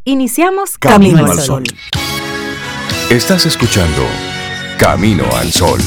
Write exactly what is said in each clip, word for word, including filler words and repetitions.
Iniciamos Camino, Camino al al Sol. Sol. Estás escuchando Camino al Sol.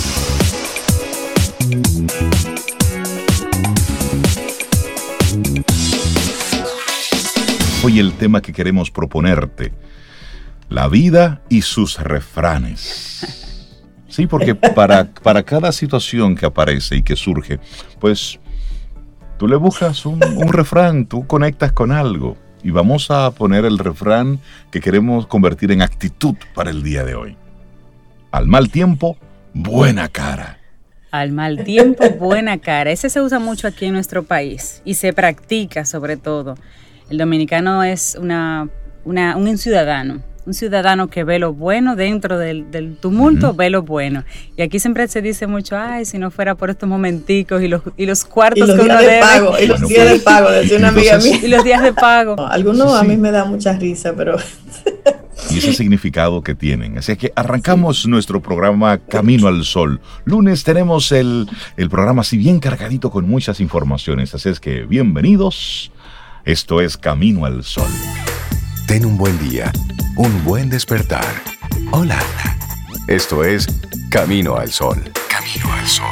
Hoy el tema que queremos proponerte, la vida y sus refranes. Sí, porque para, para cada situación que aparece y que surge, pues tú le buscas un, un refrán, tú conectas con algo. Y vamos a poner el refrán que queremos convertir en actitud para el día de hoy. Al mal tiempo, buena cara. Al mal tiempo, buena cara. Ese se usa mucho aquí en nuestro país y se practica sobre todo. El dominicano es una, una, un ciudadano, un ciudadano que ve lo bueno dentro del, del tumulto, uh-huh. ve lo bueno. Y aquí siempre se dice mucho, ay, si no fuera por estos momenticos y los, y los cuartos y los que uno días de debe. Pago, y los bueno, días pues, de pago, decía una amiga entonces, mía. Y los días de pago. No, algunos sí, a sí. mí me da mucha risa, pero... Y ese significado que tienen. Así que arrancamos sí. nuestro programa Camino al Sol. Lunes tenemos el, el programa así bien cargadito con muchas informaciones. Así es que bienvenidos. Esto es Camino al Sol. Ten un buen día, un buen despertar. Hola. Esto es Camino al Sol. Camino al Sol.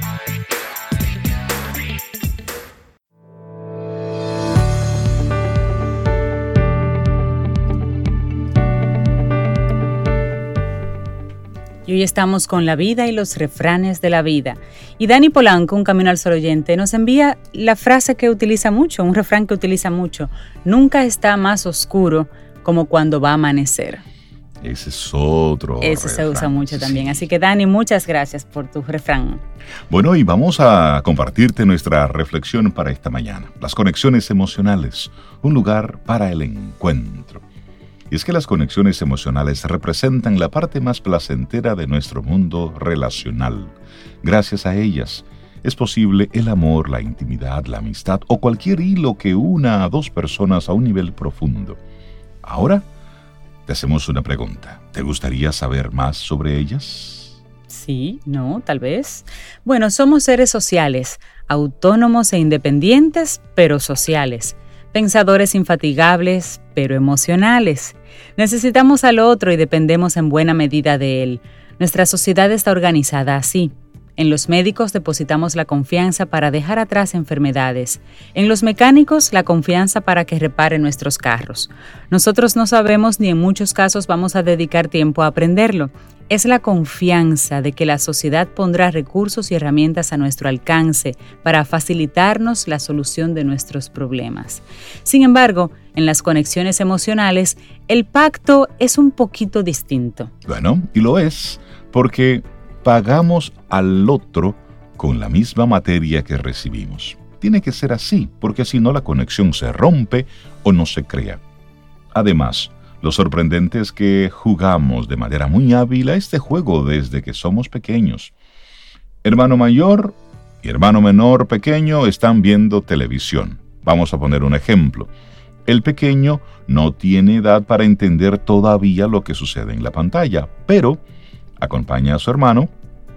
Y hoy estamos con la vida y los refranes de la vida. Y Dani Polanco, un Camino al Sol oyente, nos envía la frase que utiliza mucho, un refrán que utiliza mucho. Nunca está más oscuro como cuando va a amanecer. Ese es otro Ese refrán. se usa mucho también. Sí. Así que Dani, muchas gracias por tu refrán. Bueno, y vamos a compartirte nuestra reflexión para esta mañana. Las conexiones emocionales, un lugar para el encuentro. Y es que las conexiones emocionales representan la parte más placentera de nuestro mundo relacional. Gracias a ellas es posible el amor, la intimidad, la amistad o cualquier hilo que una a dos personas a un nivel profundo. Ahora te hacemos una pregunta. ¿Te gustaría saber más sobre ellas? Sí, no, tal vez. Bueno, somos seres sociales, autónomos e independientes, pero sociales. Pensadores infatigables, pero emocionales. Necesitamos al otro y dependemos en buena medida de él. Nuestra sociedad está organizada así. En los médicos depositamos la confianza para dejar atrás enfermedades. En los mecánicos, la confianza para que reparen nuestros carros. Nosotros no sabemos ni en muchos casos vamos a dedicar tiempo a aprenderlo. Es la confianza de que la sociedad pondrá recursos y herramientas a nuestro alcance para facilitarnos la solución de nuestros problemas. Sin embargo, en las conexiones emocionales, el pacto es un poquito distinto. Bueno, y lo es, porque pagamos al otro con la misma materia que recibimos. Tiene que ser así, porque si no la conexión se rompe o no se crea. Además, lo sorprendente es que jugamos de manera muy hábil a este juego desde que somos pequeños. Hermano mayor y hermano menor pequeño están viendo televisión. Vamos a poner un ejemplo. El pequeño no tiene edad para entender todavía lo que sucede en la pantalla, pero acompaña a su hermano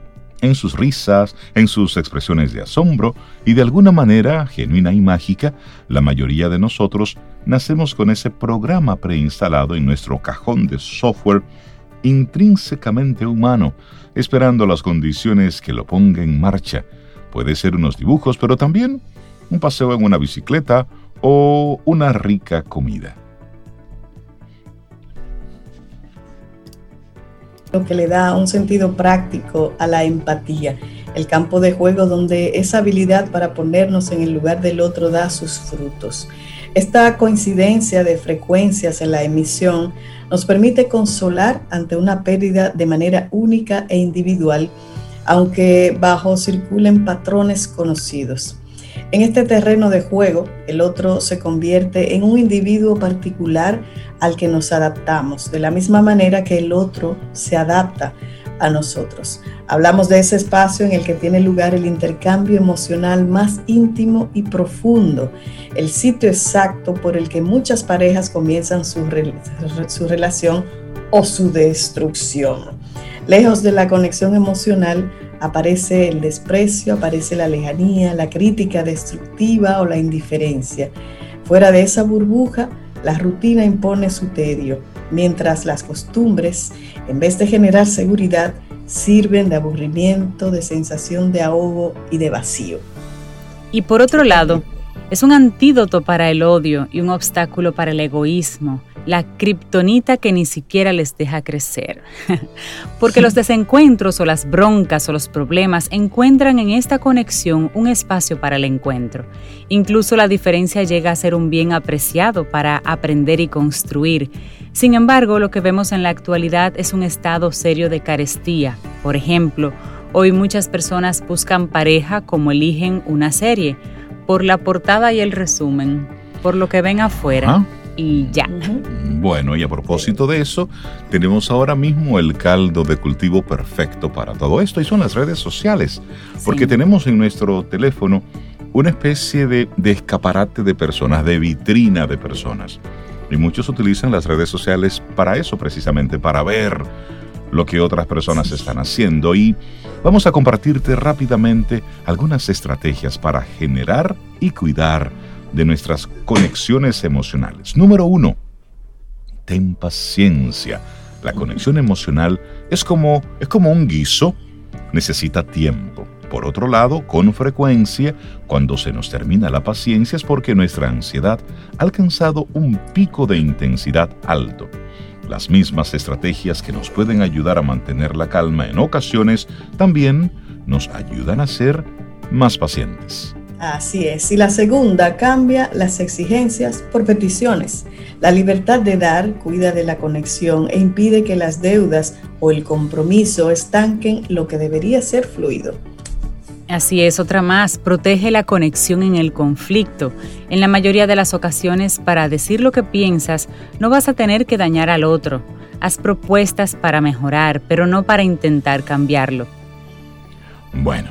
en sus risas, en sus expresiones de asombro y de alguna manera genuina y mágica, la mayoría de nosotros nacemos con ese programa preinstalado en nuestro cajón de software intrínsecamente humano, esperando las condiciones que lo ponga en marcha. Puede ser unos dibujos, pero también un paseo en una bicicleta o una rica comida. Lo que le da un sentido práctico a la empatía, el campo de juego donde esa habilidad para ponernos en el lugar del otro da sus frutos. Esta coincidencia de frecuencias en la emisión nos permite consolar ante una pérdida de manera única e individual, aunque bajo circulen patrones conocidos. En este terreno de juego, el otro se convierte en un individuo particular al que nos adaptamos, de la misma manera que el otro se adapta a nosotros. Hablamos de ese espacio en el que tiene lugar el intercambio emocional más íntimo y profundo, el sitio exacto por el que muchas parejas comienzan su, re- su relación o su destrucción. Lejos de la conexión emocional, aparece el desprecio, aparece la lejanía, la crítica destructiva o la indiferencia. Fuera de esa burbuja, la rutina impone su tedio, mientras las costumbres, en vez de generar seguridad, sirven de aburrimiento, de sensación de ahogo y de vacío. Y por otro lado, es un antídoto para el odio y un obstáculo para el egoísmo, la kriptonita que ni siquiera les deja crecer. Porque los desencuentros o las broncas o los problemas encuentran en esta conexión un espacio para el encuentro. Incluso la diferencia llega a ser un bien apreciado para aprender y construir. Sin embargo, lo que vemos en la actualidad es un estado serio de carestía. Por ejemplo, hoy muchas personas buscan pareja como eligen una serie, por la portada y el resumen, por lo que ven afuera. ¿Ah? Y ya. Bueno, y a propósito de eso, tenemos ahora mismo el caldo de cultivo perfecto para todo esto, y son las redes sociales, porque sí. Tenemos en nuestro teléfono una especie de, de escaparate de personas, de vitrina de personas, y muchos utilizan las redes sociales para eso, precisamente, para ver lo que otras personas sí. están haciendo, y vamos a compartirte rápidamente algunas estrategias para generar y cuidar de nuestras conexiones emocionales. Número uno, ten paciencia. La conexión emocional es como, es como un guiso, necesita tiempo. Por otro lado, con frecuencia, cuando se nos termina la paciencia es porque nuestra ansiedad ha alcanzado un pico de intensidad alto. Las mismas estrategias que nos pueden ayudar a mantener la calma en ocasiones también nos ayudan a ser más pacientes. Así es. Y la segunda, cambia las exigencias por peticiones. La libertad de dar cuida de la conexión e impide que las deudas o el compromiso estanquen lo que debería ser fluido. Así es, otra más, protege la conexión en el conflicto. En la mayoría de las ocasiones, para decir lo que piensas, no vas a tener que dañar al otro. Haz propuestas para mejorar, pero no para intentar cambiarlo. Bueno,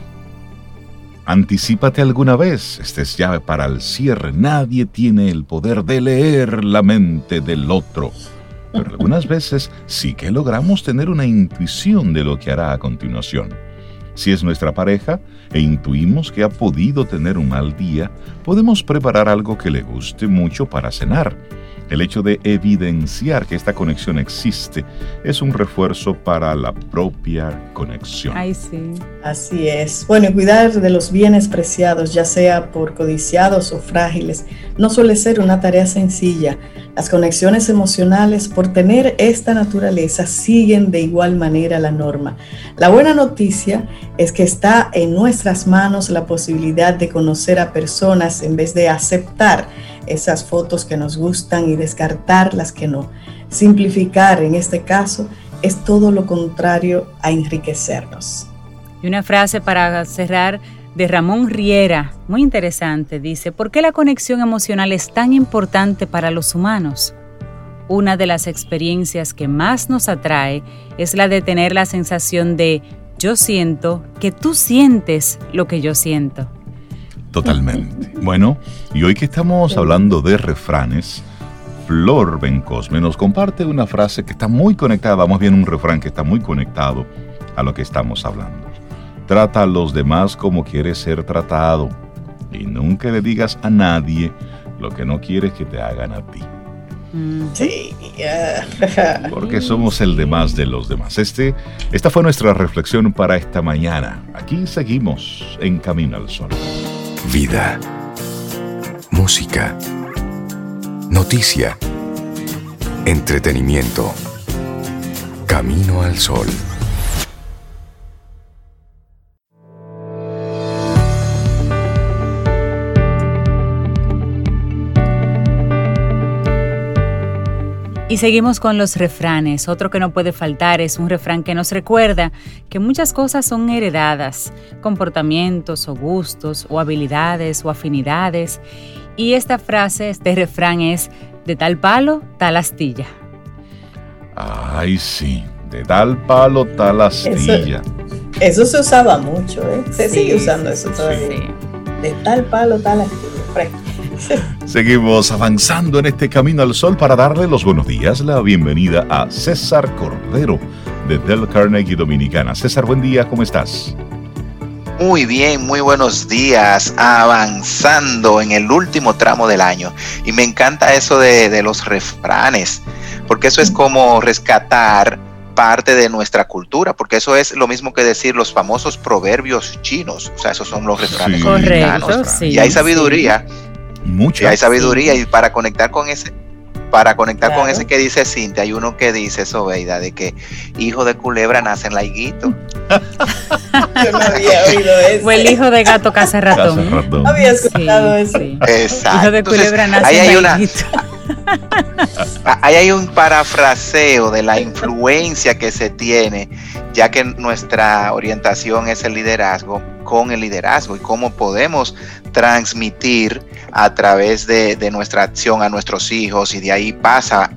anticípate alguna vez, estés ya para el cierre. Nadie tiene el poder de leer la mente del otro. Pero algunas veces sí que logramos tener una intuición de lo que hará a continuación. Si es nuestra pareja e intuimos que ha podido tener un mal día, podemos preparar algo que le guste mucho para cenar. El hecho de evidenciar que esta conexión existe es un refuerzo para la propia conexión. Ay, sí. Así es. Bueno, y cuidar de los bienes preciados, ya sea por codiciados o frágiles, no suele ser una tarea sencilla. Las conexiones emocionales, por tener esta naturaleza, siguen de igual manera la norma. La buena noticia es que está en nuestras manos la posibilidad de conocer a personas en vez de aceptar esas fotos que nos gustan y descartar las que no. Simplificar, en este caso, es todo lo contrario a enriquecernos. Y una frase para cerrar de Ramón Riera, muy interesante, dice: ¿por qué la conexión emocional es tan importante para los humanos? Una de las experiencias que más nos atrae es la de tener la sensación de yo siento que tú sientes lo que yo siento. Totalmente. Bueno, y hoy que estamos hablando de refranes, Flor Bencosme nos comparte una frase que está muy conectada, más bien un refrán que está muy conectado a lo que estamos hablando. Trata a los demás como quieres ser tratado y nunca le digas a nadie lo que no quieres que te hagan a ti. Sí. Porque somos el demás de los demás. Este, esta fue nuestra reflexión para esta mañana. Aquí seguimos en Camino al Sol. Vida, música, noticia, entretenimiento. Camino al Sol. Y seguimos con los refranes. Otro que no puede faltar es un refrán que nos recuerda que muchas cosas son heredadas, comportamientos o gustos o habilidades o afinidades. Y esta frase, este refrán es: de tal palo, tal astilla. Ay, sí, de tal palo, tal astilla. Eso, eso se usaba mucho, ¿eh? Se sí, sigue usando eso todavía. Sí. De tal palo, tal astilla. Fresco. Seguimos avanzando en este Camino al Sol para darle los buenos días, la bienvenida a César Cordero de Del Carnegie Dominicana. César, buen día, ¿cómo estás? Muy bien, muy buenos días, avanzando en el último tramo del año. Y me encanta eso de, de los refranes, porque eso es como rescatar parte de nuestra cultura, porque eso es lo mismo que decir los famosos proverbios chinos. O sea, esos son los refranes Sí, mexicanos. correcto, sí, y hay sabiduría, Mucha. y hay sabiduría, y para conectar con ese... Para conectar Claro. con ese que dice Cintia, hay uno que dice, Sobeida, de que hijo de culebra nace en laiguito. Yo no había oído eso. O el hijo de gato caza ratón. Casa ratón. No había escuchado Sí, eso. sí. Exacto. Hijo de Entonces, culebra nace ahí en hay una, laiguito. ahí hay un parafraseo de la influencia que se tiene, ya que nuestra orientación es el liderazgo, con el liderazgo y cómo podemos transmitir a través de, de nuestra acción a nuestros hijos, y de ahí pasa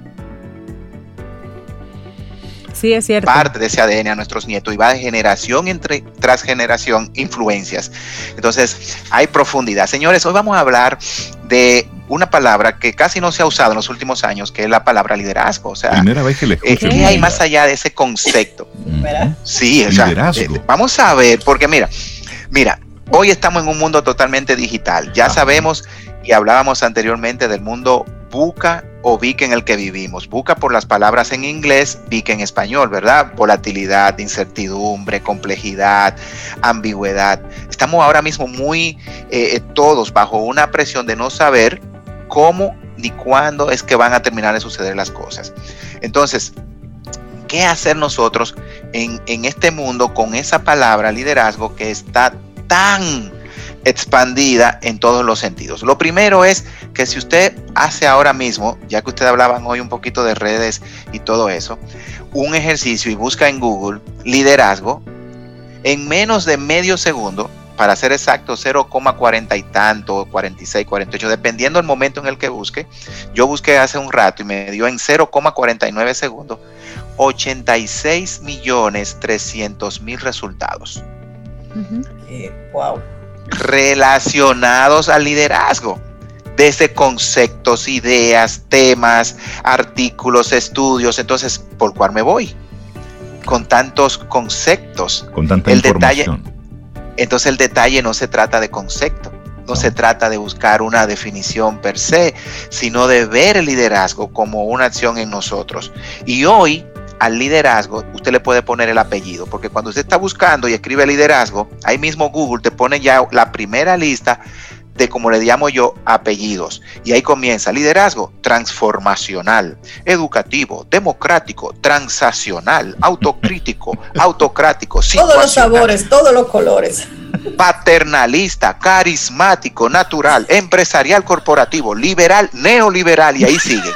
Sí, es cierto. parte de ese A D N a nuestros nietos y va de generación entre, tras generación influencias. Entonces hay profundidad. Señores, hoy vamos a hablar de una palabra que casi no se ha usado en los últimos años, que es la palabra liderazgo. O sea, Primera vez que le eh, escucho. ¿qué hay más allá de ese concepto? ¿Verdad? Sí, o sea, Liderazgo. eh, vamos a ver, porque mira, mira, hoy estamos en un mundo totalmente digital. Ya Ajá. sabemos y hablábamos anteriormente del mundo VUCA o V I C en el que vivimos. VUCA por las palabras en inglés, V I C en español, ¿verdad? Volatilidad, incertidumbre, complejidad, ambigüedad. Estamos ahora mismo muy eh, todos bajo una presión de no saber cómo ni cuándo es que van a terminar de suceder las cosas. Entonces, ¿qué hacer nosotros en, en este mundo con esa palabra liderazgo que está tan expandida en todos los sentidos? Lo primero es que si usted hace ahora mismo, ya que ustedes hablaban hoy un poquito de redes y todo eso, un ejercicio y busca en Google liderazgo, en menos de medio segundo, para ser exacto, cero coma cuarenta y tanto, cuarenta y seis, cuarenta y ocho, dependiendo del momento en el que busque. Yo busqué hace un rato y me dio en cero coma cuarenta y nueve segundos ochenta y seis millones trescientos mil resultados Ujú. Eh, wow. relacionados al liderazgo, desde conceptos, ideas, temas, artículos, estudios. Entonces, ¿por cuál me voy? Con tantos conceptos. Con tanta el detalle, información. entonces el detalle no se trata de concepto, no, No. se trata de buscar una definición per se, sino de ver el liderazgo como una acción en nosotros. Y hoy al liderazgo usted le puede poner el apellido, porque cuando usted está buscando y escribe liderazgo, ahí mismo Google te pone ya la primera lista de, como le llamo yo, apellidos. Y ahí comienza liderazgo transformacional, educativo, democrático, transaccional, autocrítico, autocrático, Todos los situacional, sabores, todos los colores. paternalista, carismático, natural, empresarial, corporativo, liberal, neoliberal, y ahí siguen.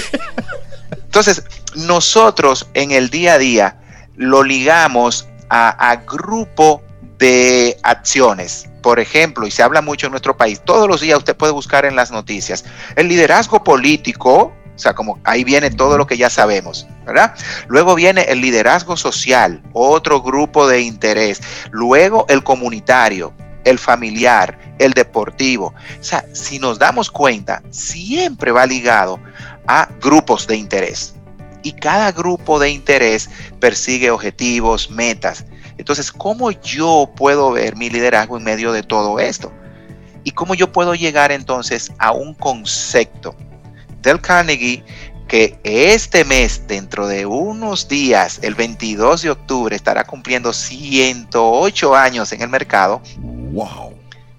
Entonces, nosotros en el día a día lo ligamos a, a grupo de acciones. Por ejemplo, y se habla mucho en nuestro país, todos los días usted puede buscar en las noticias el liderazgo político, o sea, como ahí viene todo lo que ya sabemos, ¿verdad? Luego viene el liderazgo social, otro grupo de interés. Luego el comunitario, el familiar, el deportivo. O sea, si nos damos cuenta, siempre va ligado a grupos de interés. Y cada grupo de interés persigue objetivos, metas. Entonces, ¿cómo yo puedo ver mi liderazgo en medio de todo esto? ¿Y cómo yo puedo llegar entonces a un concepto? Dale Carnegie, que este mes, dentro de unos días, el veintidós de octubre, estará cumpliendo ciento ocho años en el mercado. ¡Wow!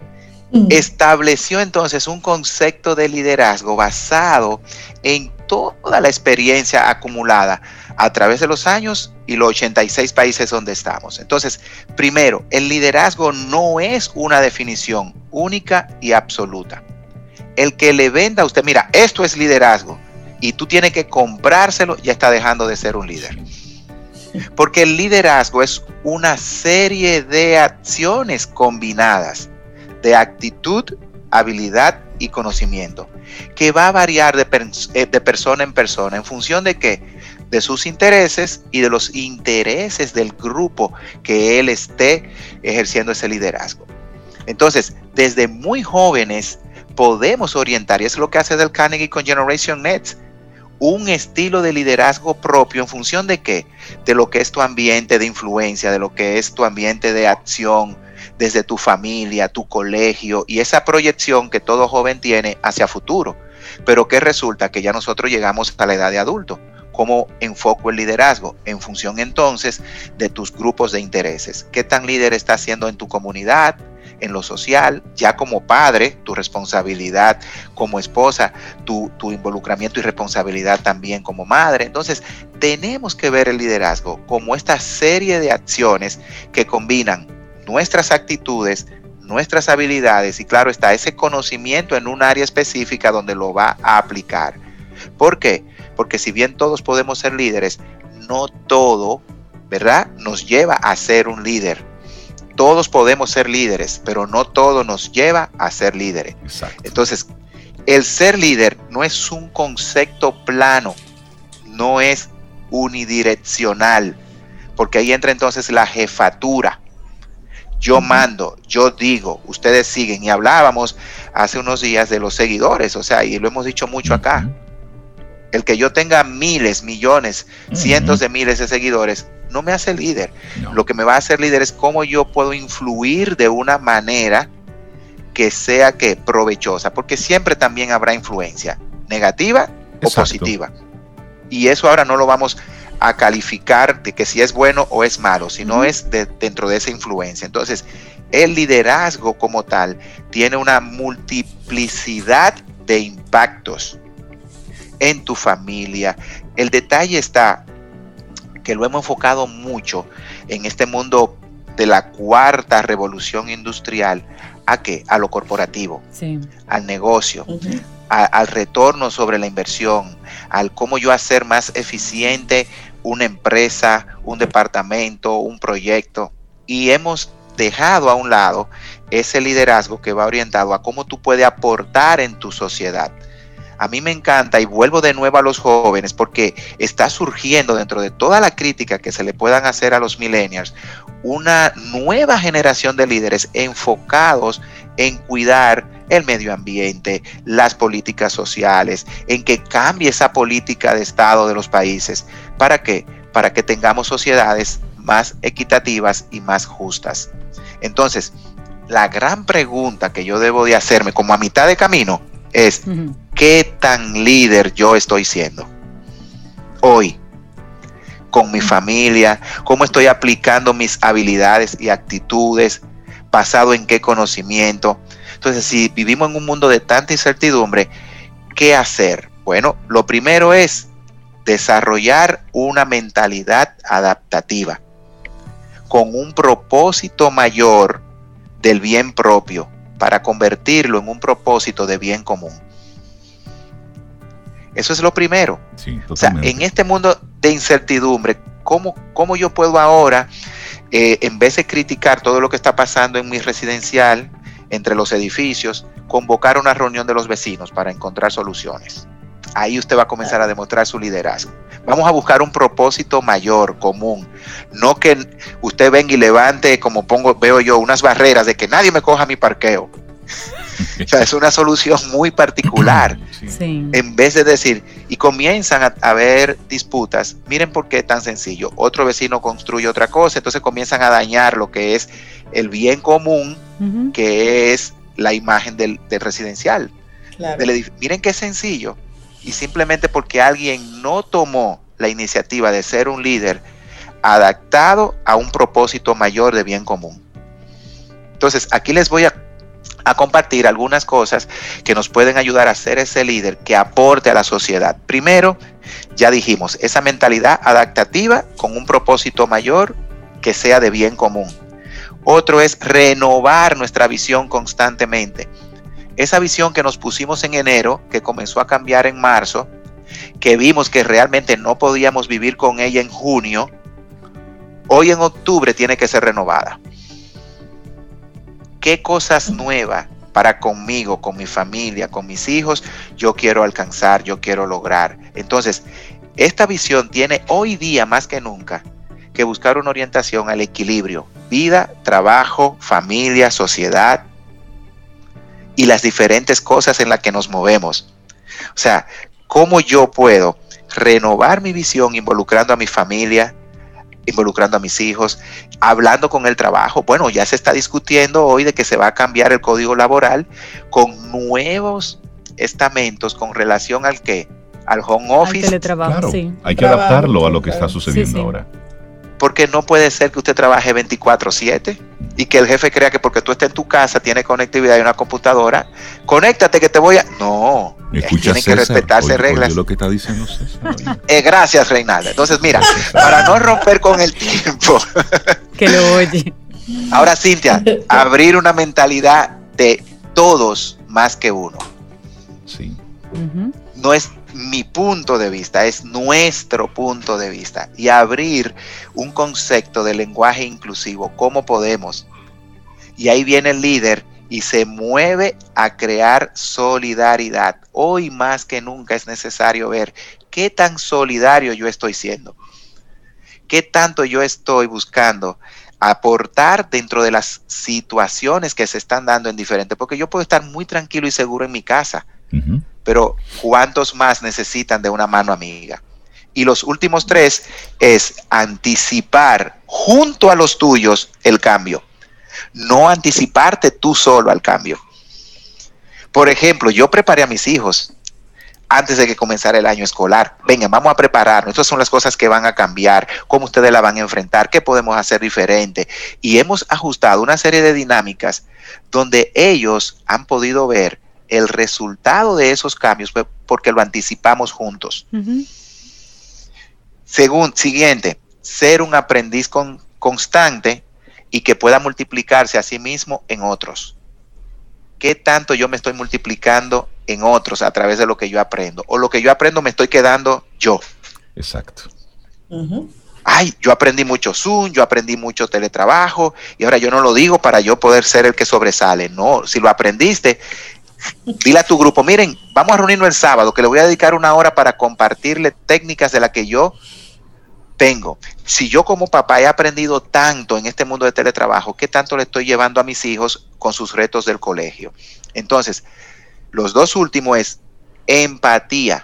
Estableció entonces un concepto de liderazgo basado en toda la experiencia acumulada a través de los años y los ochenta y seis países donde estamos. Entonces, primero, el liderazgo no es una definición única y absoluta. El que le venda a usted, mira, esto es liderazgo, y tú tienes que comprárselo, ya está dejando de ser un líder. Porque el liderazgo es una serie de acciones combinadas de actitud, habilidad y conocimiento, que va a variar de, pers- de persona en persona en función de qué, de sus intereses y de los intereses del grupo que él esté ejerciendo ese liderazgo. Entonces, desde muy jóvenes podemos orientar, y es lo que hace Dale Carnegie con Generation Next, un estilo de liderazgo propio en función de qué, de lo que es tu ambiente de influencia, de lo que es tu ambiente de acción, desde tu familia, tu colegio y esa proyección que todo joven tiene hacia futuro. Pero ¿qué resulta? Que ya nosotros llegamos a la edad de adulto. ¿Cómo enfoco el liderazgo? En función entonces de tus grupos de intereses. ¿Qué tan líder estás siendo en tu comunidad, en lo social? Ya como padre, tu responsabilidad como esposa, tu, tu involucramiento y responsabilidad también como madre. Entonces, tenemos que ver el liderazgo como esta serie de acciones que combinan nuestras actitudes, nuestras habilidades y claro está, ese conocimiento en un área específica donde lo va a aplicar. ¿Por qué? Porque si bien todos podemos ser líderes, no todo, ¿verdad?, nos lleva a ser un líder. Todos podemos ser líderes, pero no todo nos lleva a ser líderes. Exacto. Entonces, el ser líder no es un concepto plano, no es unidireccional, porque ahí entra entonces la jefatura. Yo mando, yo digo, ustedes siguen. Y hablábamos hace unos días de los seguidores, o sea, y lo hemos dicho mucho acá. Uh-huh. El que yo tenga miles, millones, uh-huh. cientos de miles de seguidores, no me hace líder. No. Lo que me va a hacer líder es cómo yo puedo influir de una manera que sea que provechosa, porque siempre también habrá influencia, negativa o Exacto. positiva. Y eso ahora no lo vamos a calificar de que si es bueno o es malo, sino uh-huh. es de, dentro de esa influencia. Entonces, el liderazgo como tal tiene una multiplicidad de impactos en tu familia. El detalle está que lo hemos enfocado mucho en este mundo de la cuarta revolución industrial. ¿A qué? A lo corporativo, sí. al negocio, uh-huh. a, al retorno sobre la inversión, al cómo yo hacer más eficiente una empresa, un departamento, un proyecto. Y hemos dejado a un lado ese liderazgo que va orientado a cómo tú puedes aportar en tu sociedad. A mí me encanta y vuelvo de nuevo a los jóvenes porque está surgiendo dentro de toda la crítica que se le puedan hacer a los millennials una nueva generación de líderes enfocados en cuidar el medio ambiente, las políticas sociales, en que cambie esa política de Estado de los países. ¿Para qué? Para que tengamos sociedades más equitativas y más justas. Entonces, la gran pregunta que yo debo de hacerme como a mitad de camino es, uh-huh. ¿qué tan líder yo estoy siendo hoy? Con mi familia, cómo estoy aplicando mis habilidades y actitudes, basado en qué conocimiento. Entonces, si vivimos en un mundo de tanta incertidumbre, ¿qué hacer? Bueno, lo primero es desarrollar una mentalidad adaptativa, con un propósito mayor del bien propio, para convertirlo en un propósito de bien común. Eso es lo primero. Sí, o sea, en este mundo de incertidumbre, ¿cómo, cómo yo puedo ahora, eh, en vez de criticar todo lo que está pasando en mi residencial, entre los edificios, convocar una reunión de los vecinos para encontrar soluciones? Ahí usted va a comenzar a demostrar su liderazgo. Vamos a buscar un propósito mayor, común. No que usted venga y levante, como pongo, veo yo, unas barreras de que nadie me coja mi parqueo. O sea, es una solución muy particular. Sí. En vez de decir, y comienzan a, a haber disputas, miren por qué es tan sencillo. Otro vecino construye otra cosa, entonces comienzan a dañar lo que es el bien común, uh-huh. que es la imagen del, del residencial. Claro. Del, miren qué sencillo. Y simplemente porque alguien no tomó la iniciativa de ser un líder adaptado a un propósito mayor de bien común. Entonces, aquí les voy a, a compartir algunas cosas que nos pueden ayudar a ser ese líder que aporte a la sociedad. Primero, ya dijimos, esa mentalidad adaptativa con un propósito mayor que sea de bien común. Otro es renovar nuestra visión constantemente. Esa visión que nos pusimos en enero, que comenzó a cambiar en marzo, que vimos que realmente no podíamos vivir con ella en junio, hoy en octubre tiene que ser renovada. ¿Qué cosas nuevas para conmigo, con mi familia, con mis hijos, yo quiero alcanzar, yo quiero lograr? Entonces, esta visión tiene hoy día más que nunca que buscar una orientación al equilibrio, vida, trabajo, familia, sociedad, y las diferentes cosas en las que nos movemos. O sea, ¿cómo yo puedo renovar mi visión involucrando a mi familia, involucrando a mis hijos, hablando con el trabajo. Bueno, ya se está discutiendo hoy de que se va a cambiar el código laboral con nuevos estamentos con relación al qué, al home office. Al teletrabajo, claro, sí. hay que Trabajo, adaptarlo a lo que claro. está sucediendo Sí, sí. ahora. Porque no puede ser que usted trabaje veinticuatro siete y que el jefe crea que porque tú estés en tu casa, tienes conectividad y una computadora, conéctate que te voy a... No, ¿Me escuchas, tienen que César? respetarse Oye, reglas. oye lo que está diciendo César. Oye. Eh, gracias, Reinalda. Entonces, mira, para no romper con el tiempo, Que lo oye. ahora, Cintia, abrir una mentalidad de todos más que uno. Sí. Ujú. No es mi punto de vista, es nuestro punto de vista. Y abrir un concepto de lenguaje inclusivo, ¿cómo podemos? Y ahí viene el líder y se mueve a crear solidaridad. Hoy más que nunca es necesario ver qué tan solidario yo estoy siendo, qué tanto yo estoy buscando aportar dentro de las situaciones que se están dando en diferentes, porque yo puedo estar muy tranquilo y seguro en mi casa, Uh-huh. pero ¿cuántos más necesitan de una mano amiga? Y los últimos tres es anticipar junto a los tuyos el cambio, no anticiparte tú solo al cambio. Por ejemplo, yo preparé a mis hijos antes de que comenzara el año escolar. Venga, vamos a prepararnos. Estas son las cosas que van a cambiar, cómo ustedes la van a enfrentar, qué podemos hacer diferente. Y hemos ajustado una serie de dinámicas donde ellos han podido ver el resultado de esos cambios porque lo anticipamos juntos. Uh-huh. Según, siguiente, ser un aprendiz con, constante y que pueda multiplicarse a sí mismo en otros. ¿Qué tanto yo me estoy multiplicando en otros a través de lo que yo aprendo? O lo que yo aprendo me estoy quedando yo. Exacto. Uh-huh. Ay, yo aprendí mucho Zoom, yo aprendí mucho teletrabajo y ahora yo no lo digo para yo poder ser el que sobresale. No, si lo aprendiste, dile a tu grupo, miren, vamos a reunirnos el sábado, que le voy a dedicar una hora para compartirle técnicas de las que yo tengo. Si yo como papá he aprendido tanto en este mundo de teletrabajo, ¿qué tanto le estoy llevando a mis hijos con sus retos del colegio? Entonces, los dos últimos es empatía,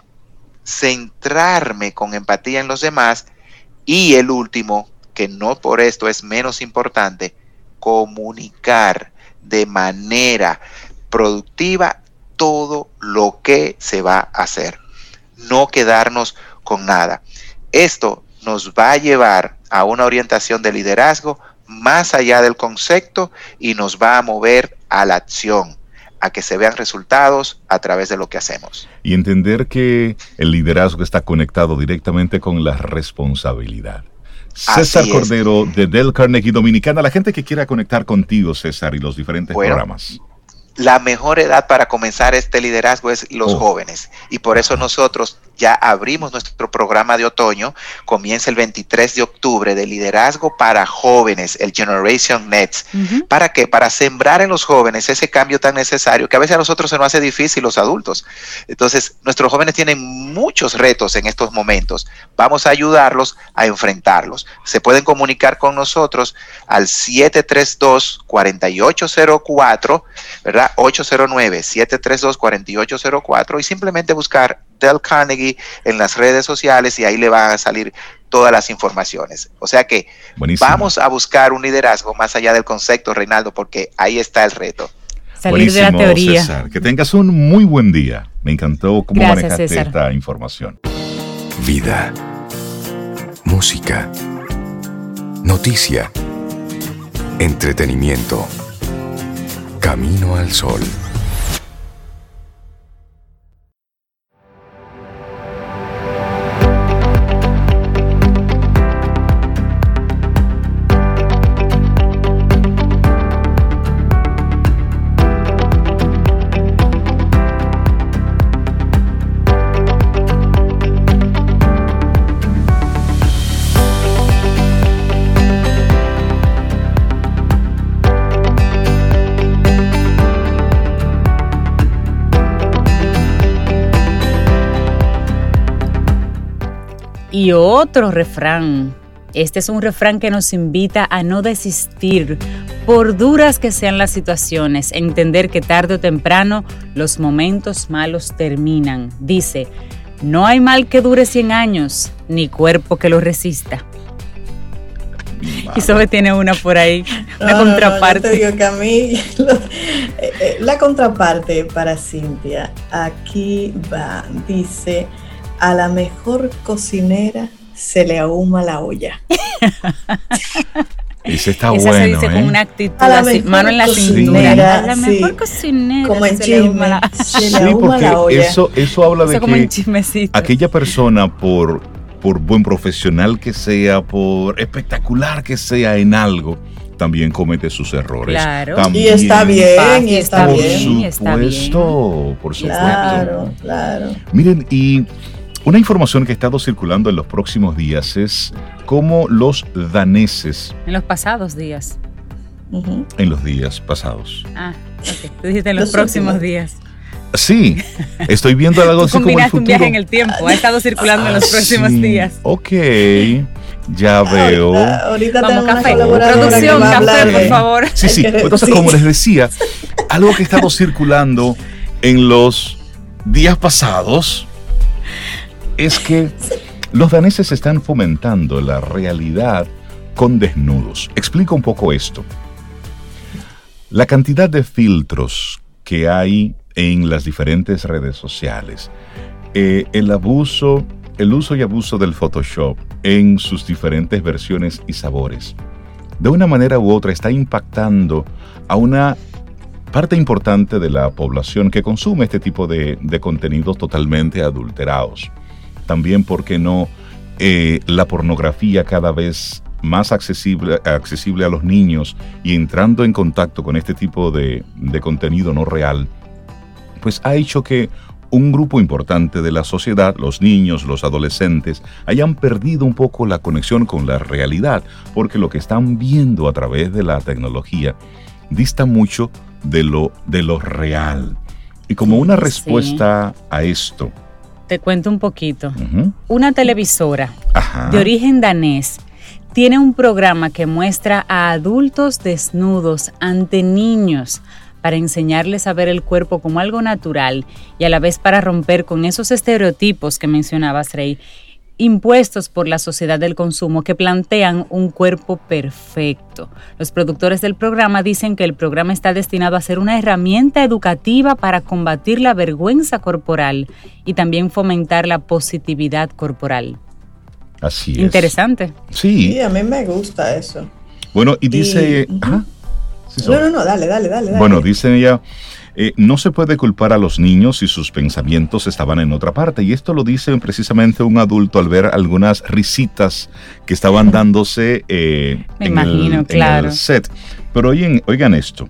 centrarme con empatía en los demás, y el último, que no por esto es menos importante, comunicar de manera productiva todo lo que se va a hacer, no quedarnos con nada. Esto nos va a llevar a una orientación de liderazgo más allá del concepto y nos va a mover a la acción, a que se vean resultados a través de lo que hacemos. Y entender que el liderazgo está conectado directamente con la responsabilidad. César Así es. Cordero de Dale Carnegie Dominicana, la gente que quiera conectar contigo, César, y los diferentes Bueno, programas. La mejor edad para comenzar este liderazgo es los Oh. jóvenes, y por eso nosotros ya abrimos nuestro programa de otoño. Comienza el veintitrés de octubre de liderazgo para jóvenes, el Generation Next. Uh-huh. ¿Para qué? Para sembrar en los jóvenes ese cambio tan necesario que a veces a nosotros se nos hace difícil, los adultos. Entonces, nuestros jóvenes tienen muchos retos en estos momentos. Vamos a ayudarlos a enfrentarlos. Se pueden comunicar con nosotros al siete tres dos, cuatro ocho cero cuatro, ¿verdad? ocho cero nueve, siete tres dos, cuatro ocho cero cuatro, y simplemente buscar Dale Carnegie en las redes sociales y ahí le van a salir todas las informaciones. O sea que Buenísimo. vamos a buscar un liderazgo más allá del concepto, Reinaldo, porque ahí está el reto. Salir de la Buenísimo, teoría. César. Que tengas un muy buen día. Me encantó cómo Gracias, manejaste César. esta información. Vida, música, noticia, entretenimiento. Camino al Sol. Y otro refrán. Este es un refrán que nos invita a no desistir, por duras que sean las situaciones, entender que tarde o temprano los momentos malos terminan. Dice, no hay mal que dure cien años, ni cuerpo que lo resista. Y Sobe tiene una por ahí, una no, contraparte. No, no, yo te digo que a mí, lo, eh, eh, la contraparte para Cintia, aquí va, dice, a la mejor cocinera se le ahuma la olla. Ese está Esa bueno, se dice ¿eh? con una actitud A la así, mejor mano en la cocinera, cintura. A la mejor sí. cocinera. Como en se le ahuma chisme, la- se le Sí, ahuma porque la olla. eso, eso habla Eso de como que un chismecito. aquella persona, por, por buen profesional que sea, por espectacular que sea en algo, también comete sus errores. Claro. También, Y está bien, y Y está por bien. y está supuesto, por supuesto. Claro, claro. Miren, y una información que ha estado circulando en los próximos días es cómo los daneses, En los pasados días. Ujú. en los días pasados. Ah, ok. Tú dijiste en los Los próximos últimos. días. Sí, estoy viendo algo Tú así como el combinaste un futuro. viaje en el tiempo. Ha estado circulando en los Ah, próximos sí. días. Ok, ya veo. Ahorita, ahorita Vamos, tenemos una café. colaboradora Producción, que va a hablar café, de- por favor. Sí, sí. Hay que- Entonces, sí. como les decía, algo que ha estado circulando en los días pasados es que los daneses están fomentando la realidad con desnudos. Explico un poco esto. La cantidad de filtros que hay en las diferentes redes sociales, eh, el abuso, el uso y abuso del Photoshop en sus diferentes versiones y sabores, de una manera u otra está impactando a una parte importante de la población que consume este tipo de, de contenidos totalmente adulterados. También, ¿por qué no? Eh, la pornografía cada vez más accesible, accesible a los niños y entrando en contacto con este tipo de, de contenido no real, pues ha hecho que un grupo importante de la sociedad, los niños, los adolescentes, hayan perdido un poco la conexión con la realidad, porque lo que están viendo a través de la tecnología dista mucho de lo, de lo real. Y como una respuesta a esto, Te cuento un poquito. ujú, Una televisora ajá, de origen danés tiene un programa que muestra a adultos desnudos ante niños para enseñarles a ver el cuerpo como algo natural y a la vez para romper con esos estereotipos que mencionabas, Rey, impuestos por la sociedad del consumo que plantean un cuerpo perfecto. Los productores del programa dicen que el programa está destinado a ser una herramienta educativa para combatir la vergüenza corporal y también fomentar la positividad corporal. así es. Interesante. Sí, Sí, a mí me gusta eso. bueno, y dice... Y- ajá, sí, No, Sol. no, no, dale, dale, dale. dale. Bueno, dice ella, eh, no se puede culpar a los niños si sus pensamientos estaban en otra parte. Y esto lo dice precisamente un adulto al ver algunas risitas que estaban dándose eh, Me en, imagino, el, claro. en el set. Pero oigan, oigan esto.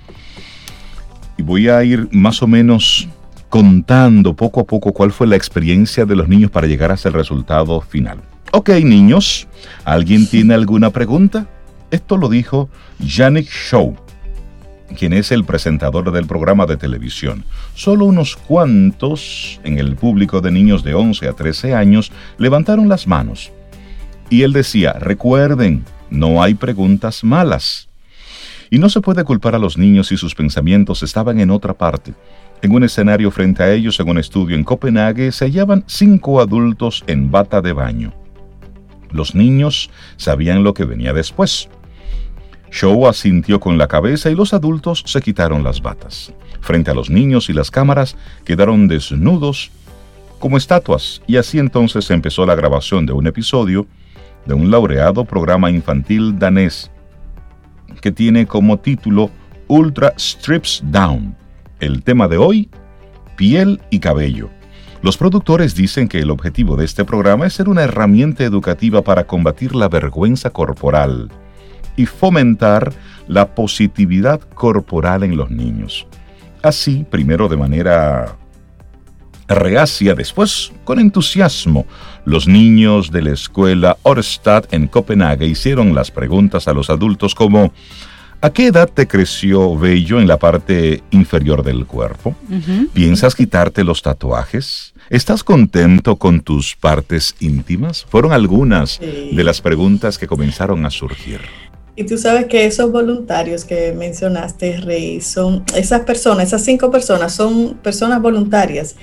Y voy a ir más o menos contando poco a poco cuál fue la experiencia de los niños para llegar hasta el resultado final. Ok, niños, ¿alguien tiene alguna pregunta? Esto lo dijo Yannick Shaw, quien es el presentador del programa de televisión. Solo unos cuantos en el público de niños de once a trece años levantaron las manos. Y él decía, recuerden, no hay preguntas malas. Y no se puede culpar a los niños si sus pensamientos estaban en otra parte. En un escenario frente a ellos, en un estudio en Copenhague, se hallaban cinco adultos en bata de baño. Los niños sabían lo que venía después. Shaw asintió con la cabeza y los adultos se quitaron las batas. Frente a los niños y las cámaras quedaron desnudos como estatuas, y así entonces empezó la grabación de un episodio de un laureado programa infantil danés que tiene como título Ultra Strips Down. El tema de hoy, piel y cabello. Los productores dicen que el objetivo de este programa es ser una herramienta educativa para combatir la vergüenza corporal y fomentar la positividad corporal en los niños. Así, primero de manera reacia, después con entusiasmo, los niños de la escuela Orsted en Copenhague hicieron las preguntas a los adultos como ¿a qué edad te creció vello en la parte inferior del cuerpo? Ujú. ¿Piensas quitarte los tatuajes? ¿Estás contento con tus partes íntimas? Fueron algunas Sí. de las preguntas que comenzaron a surgir. Y tú sabes que esos voluntarios que mencionaste, Rey, son esas personas, esas cinco personas, son personas voluntarias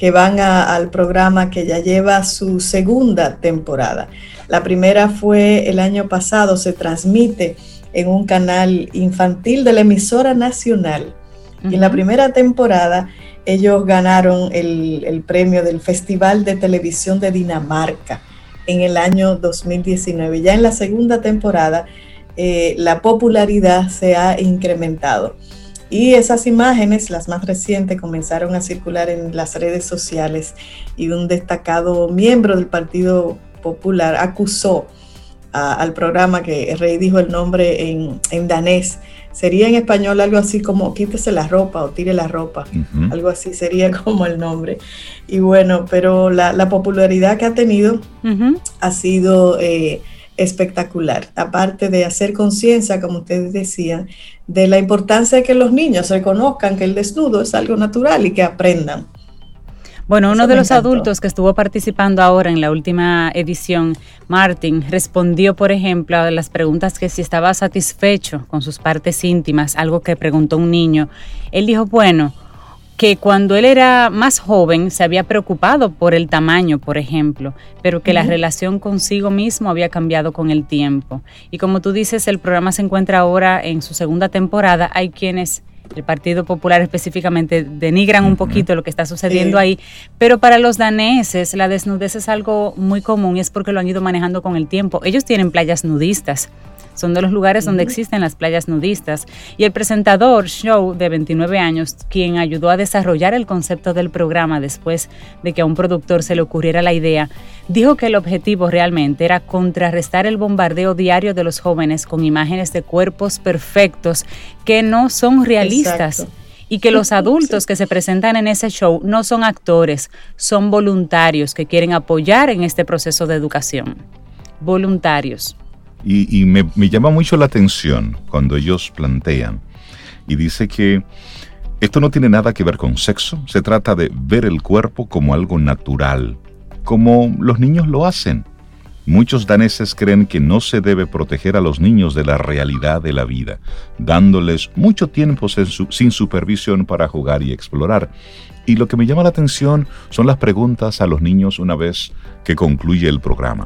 que van a, al programa que ya lleva su segunda temporada. La primera fue el año pasado, se transmite en un canal infantil de la emisora nacional. Uh-huh. Y en la primera temporada ellos ganaron el, el premio del Festival de Televisión de Dinamarca en el año dos mil diecinueve. Ya en la segunda temporada eh, la popularidad se ha incrementado. Y esas imágenes, las más recientes, comenzaron a circular en las redes sociales y un destacado miembro del Partido Popular acusó a, al programa, que Rey dijo el nombre en, en danés. Sería en español algo así como quítese la ropa o tire la ropa, uh-huh. algo así sería como el nombre. Y bueno, pero la, la popularidad que ha tenido uh-huh. ha sido eh, espectacular, aparte de hacer conciencia, como ustedes decían, de la importancia de que los niños reconozcan que el desnudo es algo natural y que aprendan. Bueno, uno de los adultos que estuvo participando ahora en la última edición, Martin, respondió, por ejemplo, a las preguntas que si estaba satisfecho con sus partes íntimas, algo que preguntó un niño. Él dijo, bueno, que cuando él era más joven se había preocupado por el tamaño, por ejemplo, pero que uh-huh. la relación consigo mismo había cambiado con el tiempo. Y como tú dices, el programa se encuentra ahora en su segunda temporada. Hay quienes, el Partido Popular específicamente, denigran uh-huh. un poquito lo que está sucediendo sí. ahí, pero para los daneses la desnudez es algo muy común y es porque lo han ido manejando con el tiempo. Ellos tienen playas nudistas. Son de los lugares donde existen las playas nudistas. Y el presentador Show, de veintinueve años, quien ayudó a desarrollar el concepto del programa después de que a un productor se le ocurriera la idea, dijo que el objetivo realmente era contrarrestar el bombardeo diario de los jóvenes con imágenes de cuerpos perfectos que no son realistas. Exacto. Y que los adultos que se presentan en ese show no son actores, son voluntarios que quieren apoyar en este proceso de educación. Voluntarios. Y, y me, me llama mucho la atención cuando ellos plantean y dice que esto no tiene nada que ver con sexo, se trata de ver el cuerpo como algo natural, como los niños lo hacen. Muchos daneses creen que no se debe proteger a los niños de la realidad de la vida, dándoles mucho tiempo sin, sin supervisión para jugar y explorar. Y lo que me llama la atención son las preguntas a los niños una vez que concluye el programa.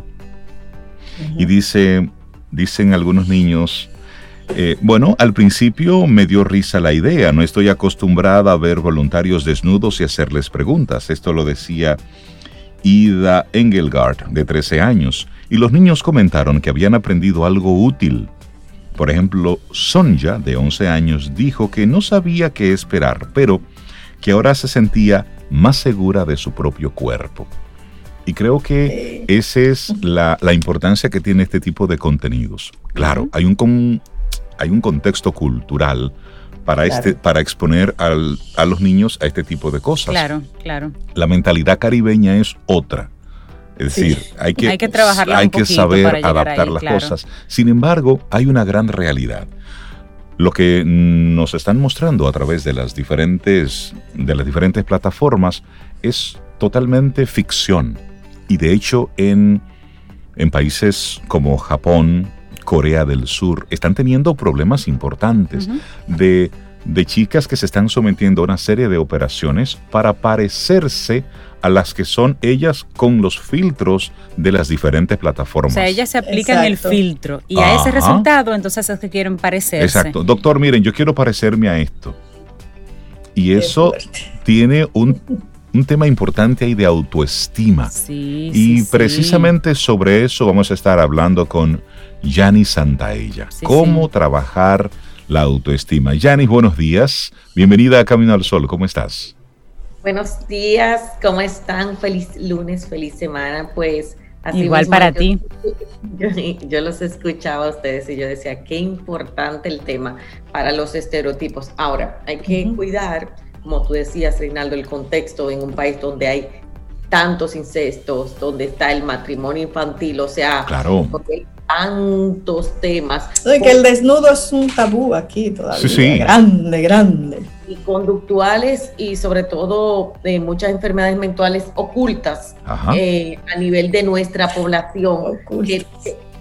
Uh-huh. Y dice... Dicen algunos niños, eh, bueno, al principio me dio risa la idea, no estoy acostumbrada a ver voluntarios desnudos y hacerles preguntas. Esto lo decía Ida Engelgard, de trece años, y los niños comentaron que habían aprendido algo útil. Por ejemplo, Sonja, de once años, dijo que no sabía qué esperar, pero que ahora se sentía más segura de su propio cuerpo. Y creo que esa es la, la importancia que tiene este tipo de contenidos. Claro, uh-huh. hay, un con, hay un contexto cultural para, claro. este, para exponer al, a los niños a este tipo de cosas. Claro, claro. La mentalidad caribeña es otra. Es sí. decir, hay que, hay que, trabajarla hay un que saber adaptar ahí, las claro. cosas. Sin embargo, hay una gran realidad. Lo que nos están mostrando a través de las diferentes, de las diferentes plataformas es totalmente ficción. Y de hecho, en, en países como Japón, Corea del Sur, están teniendo problemas importantes uh-huh. de, de chicas que se están sometiendo a una serie de operaciones para parecerse a las que son ellas con los filtros de las diferentes plataformas. O sea, ellas se aplican Exacto. el filtro y Ajá. a ese resultado entonces es que quieren parecerse. Exacto. Doctor, miren, yo quiero parecerme a esto. Y eso tiene un... un tema importante ahí de autoestima. Sí, y sí, precisamente sí. sobre eso vamos a estar hablando con Yanis Santaella. Sí, ¿Cómo sí. trabajar la autoestima? Yanis, buenos días. Bienvenida a Camino al Sol. ¿Cómo estás? Buenos días. ¿Cómo están? Feliz lunes, feliz semana. Pues así igual mismo, para yo, ti. Yo, yo los escuchaba a ustedes y yo decía, qué importante el tema para los estereotipos. Ahora, hay que uh-huh. cuidar, como tú decías, Reinaldo, el contexto en un país donde hay tantos incestos, donde está el matrimonio infantil, o sea, claro. porque hay tantos temas. No, y que el desnudo es un tabú aquí todavía, sí, sí. grande, grande. Y conductuales y sobre todo de muchas enfermedades mentales ocultas eh, a nivel de nuestra población, que,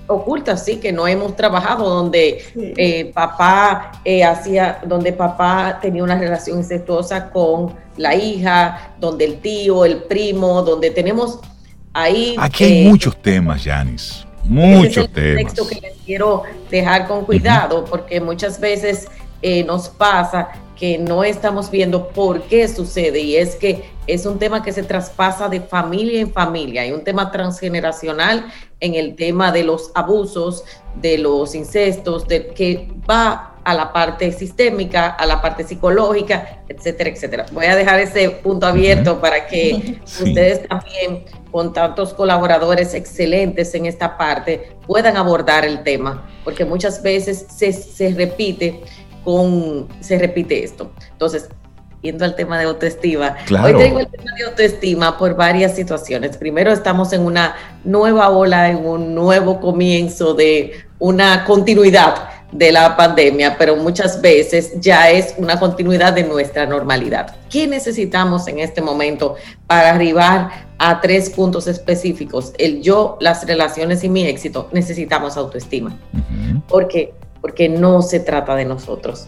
ocultas, sí, que no hemos trabajado, donde sí. eh, papá eh, hacía, donde papá tenía una relación incestuosa con la hija, donde el tío, el primo, donde tenemos ahí... Aquí hay eh, muchos temas, Yanis, muchos temas. Es el texto que les quiero dejar con cuidado, uh-huh. porque muchas veces eh, nos pasa que no estamos viendo por qué sucede, y es que es un tema que se traspasa de familia en familia, hay un tema transgeneracional en el tema de los abusos, de los incestos, de, que va a la parte sistémica, a la parte psicológica, etcétera, etcétera. Voy a dejar ese punto abierto uh-huh. para que sí. ustedes también, con tantos colaboradores excelentes en esta parte, puedan abordar el tema, porque muchas veces se, se repite Con, se repite esto. Entonces, yendo al tema de autoestima, claro. Hoy traigo el tema de autoestima por varias situaciones. Primero, estamos en una nueva ola, en un nuevo comienzo de una continuidad de la pandemia, pero muchas veces ya es una continuidad de nuestra normalidad. ¿Qué necesitamos en este momento para arribar a tres puntos específicos? El yo, las relaciones y mi éxito. Necesitamos autoestima. Uh-huh. ¿Por qué? Porque no se trata de nosotros,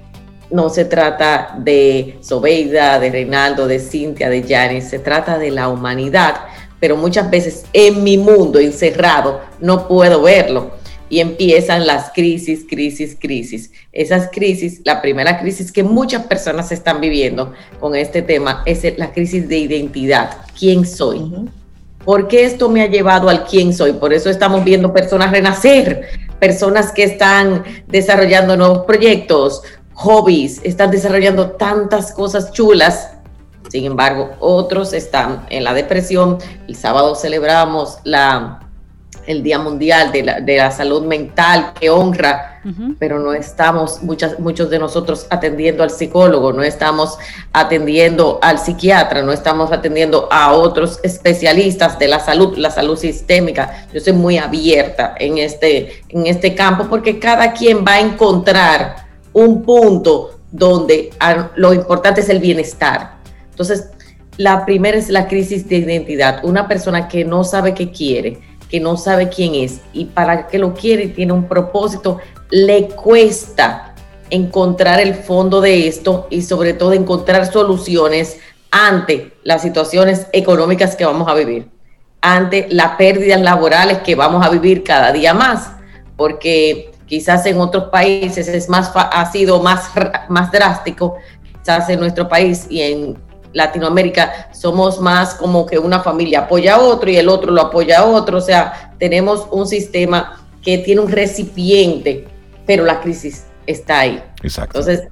no se trata de Sobeida, de Reinaldo, de Cintia, de Yanis, se trata de la humanidad, pero muchas veces en mi mundo encerrado no puedo verlo y empiezan las crisis, crisis, crisis. Esas crisis, la primera crisis que muchas personas están viviendo con este tema es la crisis de identidad. ¿Quién soy? Uh-huh. ¿Por qué esto me ha llevado al quién soy? Por eso estamos viendo personas renacer, personas que están desarrollando nuevos proyectos, hobbies, están desarrollando tantas cosas chulas. Sin embargo, otros están en la depresión. El sábado celebramos la, el Día Mundial de la, de la Salud Mental, que honra, uh-huh. pero no estamos, muchas, muchos de nosotros, atendiendo al psicólogo, no estamos atendiendo al psiquiatra, no estamos atendiendo a otros especialistas de la salud, la salud sistémica. Yo soy muy abierta en este, en este campo, porque cada quien va a encontrar un punto donde lo importante es el bienestar. Entonces, la primera es la crisis de identidad. Una persona que no sabe qué quiere, que no sabe quién es, y para qué lo quiere y tiene un propósito, le cuesta encontrar el fondo de esto y sobre todo encontrar soluciones ante las situaciones económicas que vamos a vivir, ante las pérdidas laborales que vamos a vivir cada día más, porque quizás en otros países es más, ha sido más, más drástico, quizás en nuestro país y en Latinoamérica somos más como que una familia apoya a otro y el otro lo apoya a otro, o sea, tenemos un sistema que tiene un recipiente, pero la crisis está ahí. Exacto. Entonces,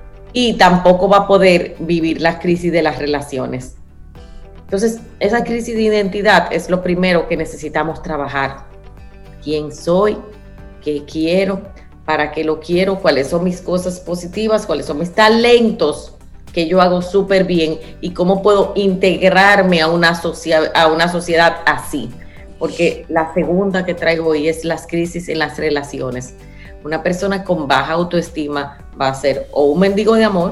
y tampoco va a poder vivir la crisis de las relaciones. Entonces, esa crisis de identidad es lo primero que necesitamos trabajar. ¿Quién soy? ¿Qué quiero? ¿Para qué lo quiero? ¿Cuáles son mis cosas positivas? ¿Cuáles son mis talentos que yo hago súper bien? ¿Y cómo puedo integrarme a una, socia- a una sociedad así? Porque la segunda que traigo hoy es las crisis en las relaciones. Una persona con baja autoestima va a ser o un mendigo de amor,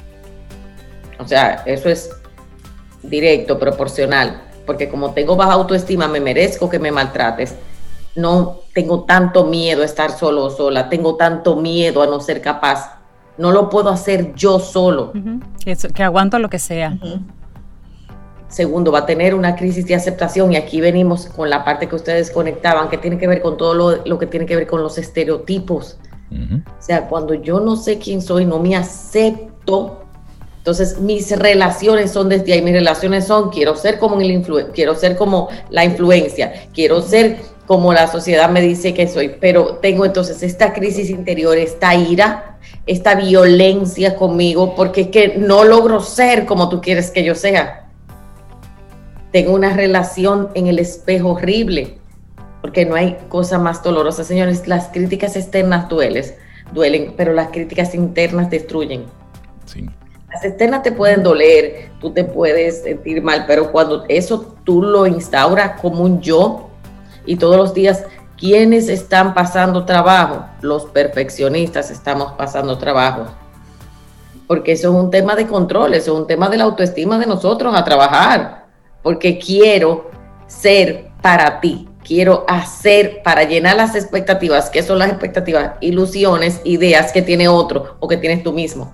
o sea, eso es directo, proporcional, porque como tengo baja autoestima, me merezco que me maltrates. No tengo tanto miedo a estar solo o sola, tengo tanto miedo a no ser capaz. No lo puedo hacer yo solo. Uh-huh. Eso, que aguanto lo que sea. Uh-huh. Segundo, va a tener una crisis de aceptación, y aquí venimos con la parte que ustedes conectaban, que tiene que ver con todo lo, lo que tiene que ver con los estereotipos. Uh-huh. O sea, cuando yo no sé quién soy, no me acepto, entonces mis relaciones son desde ahí. Mis relaciones son, quiero ser como, el influ- quiero ser como la influencia, quiero ser como la sociedad me dice que soy, pero tengo entonces esta crisis interior, esta ira, esta violencia conmigo, porque es que no logro ser como tú quieres que yo sea. Tengo una relación en el espejo horrible, porque no hay cosa más dolorosa. Señores, las críticas externas duelen, duelen, pero las críticas internas destruyen. Sí. Las externas te pueden doler, tú te puedes sentir mal, pero cuando eso tú lo instauras como un yo, y todos los días, ¿quiénes están pasando trabajo? Los perfeccionistas estamos pasando trabajo. Porque eso es un tema de control, eso es un tema de la autoestima de nosotros a trabajar. Porque quiero ser para ti, quiero hacer para llenar las expectativas. ¿Qué son las expectativas? Ilusiones, ideas que tiene otro o que tienes tú mismo.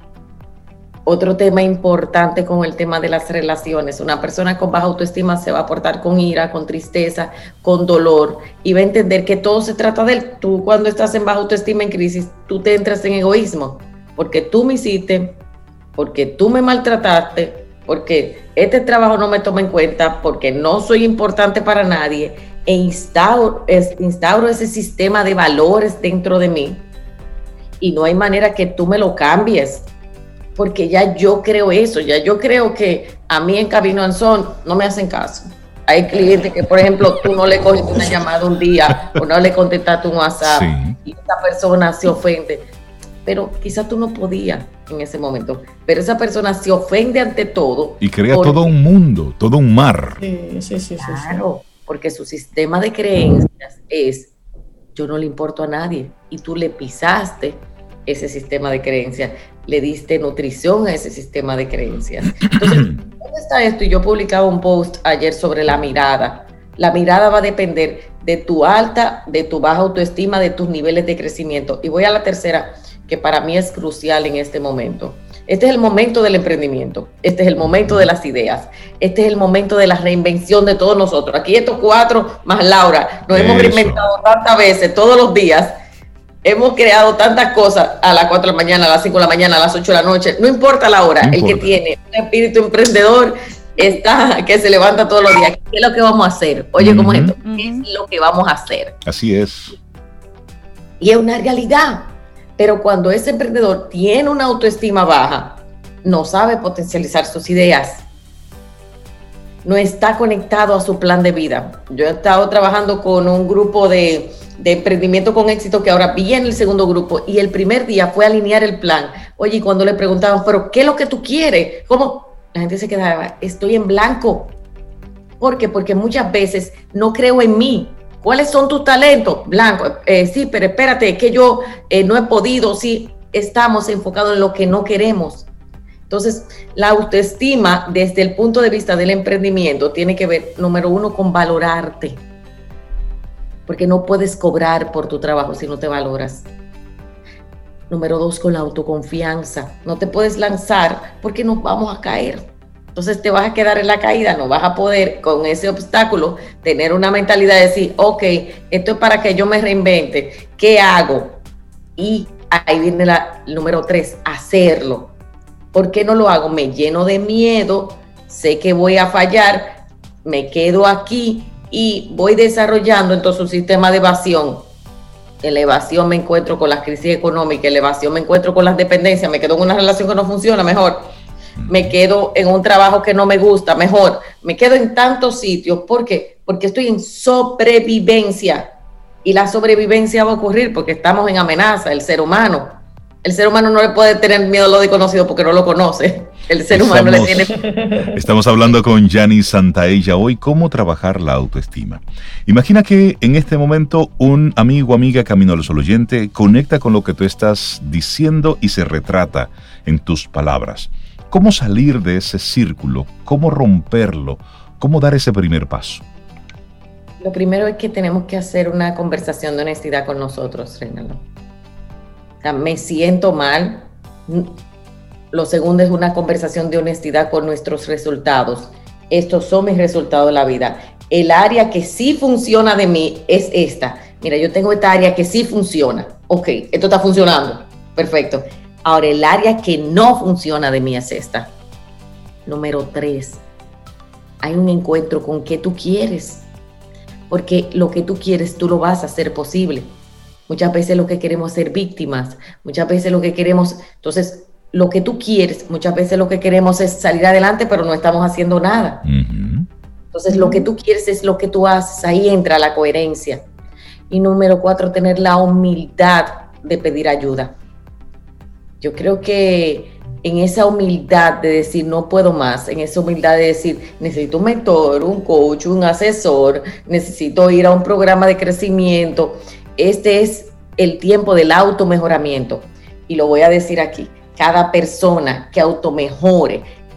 Otro tema importante con el tema de las relaciones. Una persona con baja autoestima se va a portar con ira, con tristeza, con dolor y va a entender que todo se trata de él. Tú cuando estás en baja autoestima, en crisis, tú te entras en egoísmo porque tú me hiciste, porque tú me maltrataste, porque este trabajo no me toma en cuenta, porque no soy importante para nadie e instauro, es, instauro ese sistema de valores dentro de mí y no hay manera que tú me lo cambies. Porque ya yo creo eso, ya yo creo que a mí en Camino al Sol no me hacen caso. Hay clientes que, por ejemplo, tú no le cogiste una llamada un día o no le contestaste un WhatsApp sí. y esa persona se ofende. Pero quizás tú no podías en ese momento. Pero esa persona se ofende ante todo. Y crea porque, todo un mundo, todo un mar. Sí, sí, sí. Claro, sí, sí. Porque su sistema de creencias es, yo no le importo a nadie. Y tú le pisaste ese sistema de creencias, le diste nutrición a ese sistema de creencias. Entonces, ¿dónde está esto? Y yo publicaba un post ayer sobre la mirada. La mirada va a depender de tu alta, de tu baja autoestima, de tus niveles de crecimiento. Y voy a la tercera, que para mí es crucial en este momento. Este es el momento del emprendimiento, este es el momento de las ideas, este es el momento de la reinvención de todos nosotros. Aquí estos cuatro, más Laura, nos Eso. hemos reinventado tantas veces, todos los días. Hemos creado tantas cosas a las cuatro de la mañana, a las cinco de la mañana, a las ocho de la noche. No importa la hora. No el importa. Que tiene un espíritu emprendedor está que se levanta todos los días. ¿Qué es lo que vamos a hacer? Oye, uh-huh. ¿cómo es esto? ¿Qué uh-huh. es lo que vamos a hacer? Así es. Y es una realidad. Pero cuando ese emprendedor tiene una autoestima baja, no sabe potencializar sus ideas, no está conectado a su plan de vida. Yo he estado trabajando con un grupo de... de emprendimiento con éxito que ahora vi en el segundo grupo y el primer día fue alinear el plan. Oye, y cuando le preguntaban, pero ¿qué es lo que tú quieres? ¿Cómo? La gente se quedaba, estoy en blanco. ¿Por qué? Porque muchas veces no creo en mí. ¿Cuáles son tus talentos? Blanco. Eh, sí, pero espérate, que yo eh, no he podido. Sí, estamos enfocados en lo que no queremos. Entonces, la autoestima desde el punto de vista del emprendimiento tiene que ver, número uno, con valorarte. Porque no puedes cobrar por tu trabajo si no te valoras. Número dos, con la autoconfianza. No te puedes lanzar porque nos vamos a caer. Entonces te vas a quedar en la caída, no vas a poder con ese obstáculo tener una mentalidad de decir, ok, esto es para que yo me reinvente. ¿Qué hago? Y ahí viene la número tres, hacerlo. ¿Por qué no lo hago? Me lleno de miedo, sé que voy a fallar, me quedo aquí y voy desarrollando entonces un sistema de evasión. En la evasión me encuentro con las crisis económicas, en la evasión me encuentro con las dependencias, me quedo en una relación que no funciona, mejor. Me quedo en un trabajo que no me gusta, mejor. Me quedo en tantos sitios. ¿Por qué? Porque estoy en sobrevivencia. Y la sobrevivencia va a ocurrir porque estamos en amenaza, el ser humano. El ser humano no le puede tener miedo a lo desconocido porque no lo conoce. El ser estamos, humano le tiene... Estamos hablando con Yanni Santaella hoy, cómo trabajar la autoestima. Imagina que en este momento un amigo o amiga Camino al Sol oyente conecta con lo que tú estás diciendo y se retrata en tus palabras. ¿Cómo salir de ese círculo? ¿Cómo romperlo? ¿Cómo dar ese primer paso? Lo primero es que tenemos que hacer una conversación de honestidad con nosotros, Reinaldo. O sea, me siento mal. Lo segundo es una conversación de honestidad con nuestros resultados. Estos son mis resultados de la vida. El área que sí funciona de mí es esta. Mira, yo tengo esta área que sí funciona. Ok, esto está funcionando. Perfecto. Ahora, el área que no funciona de mí es esta. Número tres, hay un encuentro con qué tú quieres. Porque lo que tú quieres, tú lo vas a hacer posible. Muchas veces lo que queremos es ser víctimas. Muchas veces lo que queremos... Entonces, lo que tú quieres, muchas veces lo que queremos es salir adelante, pero no estamos haciendo nada. Uh-huh. Entonces, lo que tú quieres es lo que tú haces. Ahí entra la coherencia. Y número cuatro, tener la humildad de pedir ayuda. Yo creo que en esa humildad de decir no puedo más, en esa humildad de decir necesito un mentor, un coach, un asesor, necesito ir a un programa de crecimiento, este es el tiempo del automejoramiento. Y lo voy a decir aquí, cada persona que automejore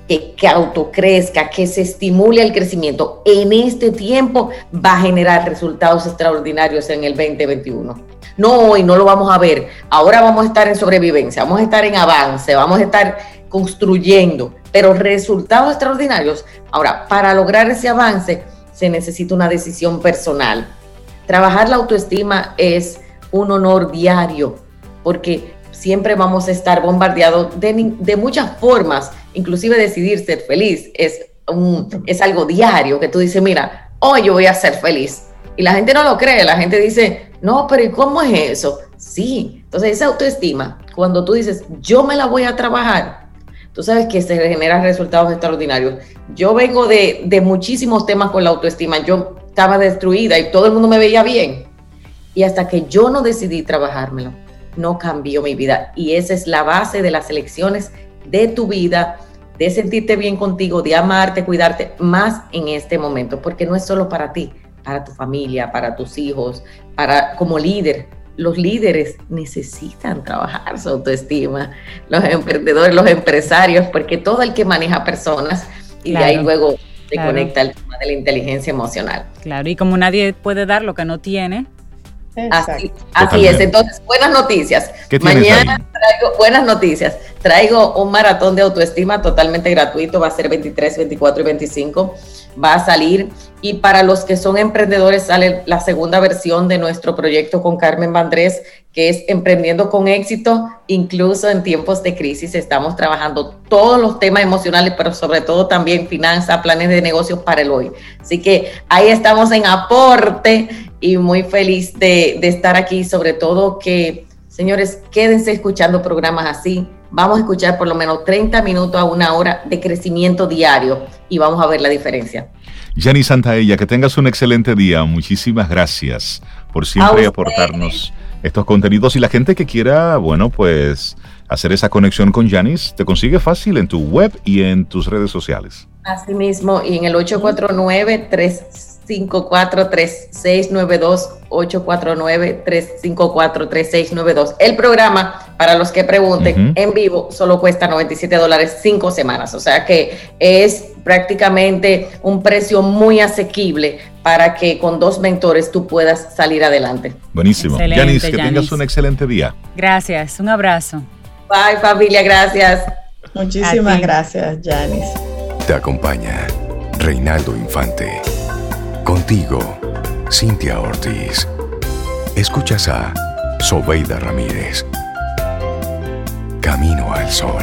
que, que autocrezca, que se estimule el crecimiento en este tiempo, va a generar resultados extraordinarios en el veinte veintiuno. No hoy, no lo vamos a ver. Ahora vamos a estar en sobrevivencia, vamos a estar en avance, vamos a estar construyendo, pero resultados extraordinarios. Ahora, para lograr ese avance, se necesita una decisión personal. Trabajar la autoestima es un honor diario, porque siempre vamos a estar bombardeados de, de muchas formas, inclusive decidir ser feliz es, un, es algo diario, que tú dices, mira, hoy yo voy a ser feliz. Y la gente no lo cree, la gente dice, no, pero ¿y cómo es eso? Sí, entonces esa autoestima, cuando tú dices, yo me la voy a trabajar, tú sabes que se generan resultados extraordinarios. Yo vengo de, de muchísimos temas con la autoestima, yo estaba destruida y todo el mundo me veía bien. Y hasta que yo no decidí trabajármelo, no cambió mi vida. Y esa es la base de las elecciones de tu vida, de sentirte bien contigo, de amarte, cuidarte, más en este momento, porque no es solo para ti, para tu familia, para tus hijos, para como líder. Los líderes necesitan trabajar su autoestima, los emprendedores, los empresarios, porque todo el que maneja personas y claro, de ahí luego se claro. conecta el tema de la inteligencia emocional. Claro, y como nadie puede dar lo que no tiene. Así, así es, entonces buenas noticias. Mañana traigo buenas noticias. Traigo un maratón de autoestima totalmente gratuito, va a ser veintitrés, veinticuatro y veinticinco. Va a salir, y para los que son emprendedores sale la segunda versión de nuestro proyecto con Carmen Vandrés, que es Emprendiendo con Éxito, incluso en tiempos de crisis. Estamos trabajando todos los temas emocionales, pero sobre todo también finanzas, planes de negocios para el hoy. Así que ahí estamos en aporte y muy feliz de, de estar aquí, sobre todo que, señores, quédense escuchando programas así. Vamos a escuchar por lo menos treinta minutos a una hora de crecimiento diario y vamos a ver la diferencia. Yanis Santaella, que tengas un excelente día. Muchísimas gracias por siempre aportarnos estos contenidos. Y la gente que quiera, bueno, pues hacer esa conexión con Yanis, te consigue fácil en tu web y en tus redes sociales. Así mismo, y en el ocho cuatro nueve, tres cinco cuatro, tres seis nueve dos, ocho cuatro nueve, tres cinco cuatro, tres seis nueve dos. El programa, para los que pregunten, uh-huh. en vivo solo cuesta noventa y siete dólares cinco semanas, o sea que es prácticamente un precio muy asequible para que con dos mentores tú puedas salir adelante. Buenísimo. Yanis, que Yanis. tengas un excelente día. Gracias, un abrazo. Bye, familia, gracias. Muchísimas gracias, Yanis. Te acompaña Reinaldo Infante. Contigo, Cintia Ortiz. Escuchas a Sobeida Ramírez. Camino al Sol.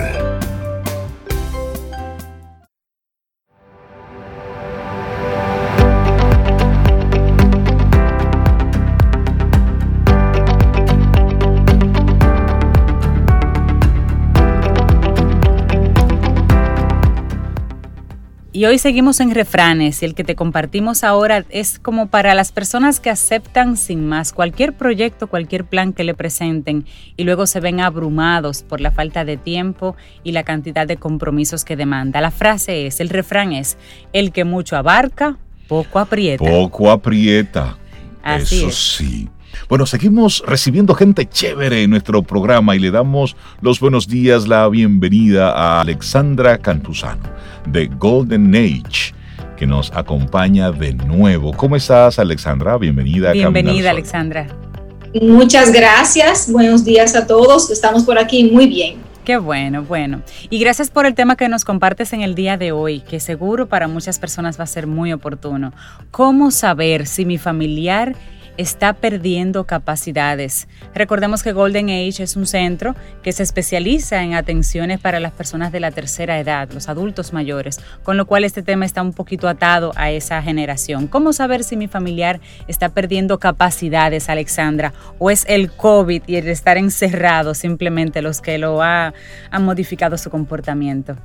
Y hoy seguimos en refranes, y el que te compartimos ahora es como para las personas que aceptan sin más cualquier proyecto, cualquier plan que le presenten y luego se ven abrumados por la falta de tiempo y la cantidad de compromisos que demanda. La frase es, el refrán es, el que mucho abarca, poco aprieta. Poco aprieta. Así Eso es. sí. Bueno, seguimos recibiendo gente chévere en nuestro programa y le damos los buenos días, la bienvenida a Alexandra Campuzano de Golden Age, que nos acompaña de nuevo. ¿Cómo estás, Alexandra? Bienvenida. Bienvenida, Alexandra. Muchas gracias. Buenos días a todos. Estamos por aquí muy bien. Qué bueno, bueno. Y gracias por el tema que nos compartes en el día de hoy, que seguro para muchas personas va a ser muy oportuno. ¿Cómo saber si mi familiar está perdiendo capacidades? Recordemos que Golden Age es un centro que se especializa en atenciones para las personas de la tercera edad, los adultos mayores, con lo cual este tema está un poquito atado a esa generación. ¿Cómo saber si mi familiar está perdiendo capacidades, Alexandra? ¿O es el COVID y el estar encerrado simplemente los que lo ha, han modificado su comportamiento?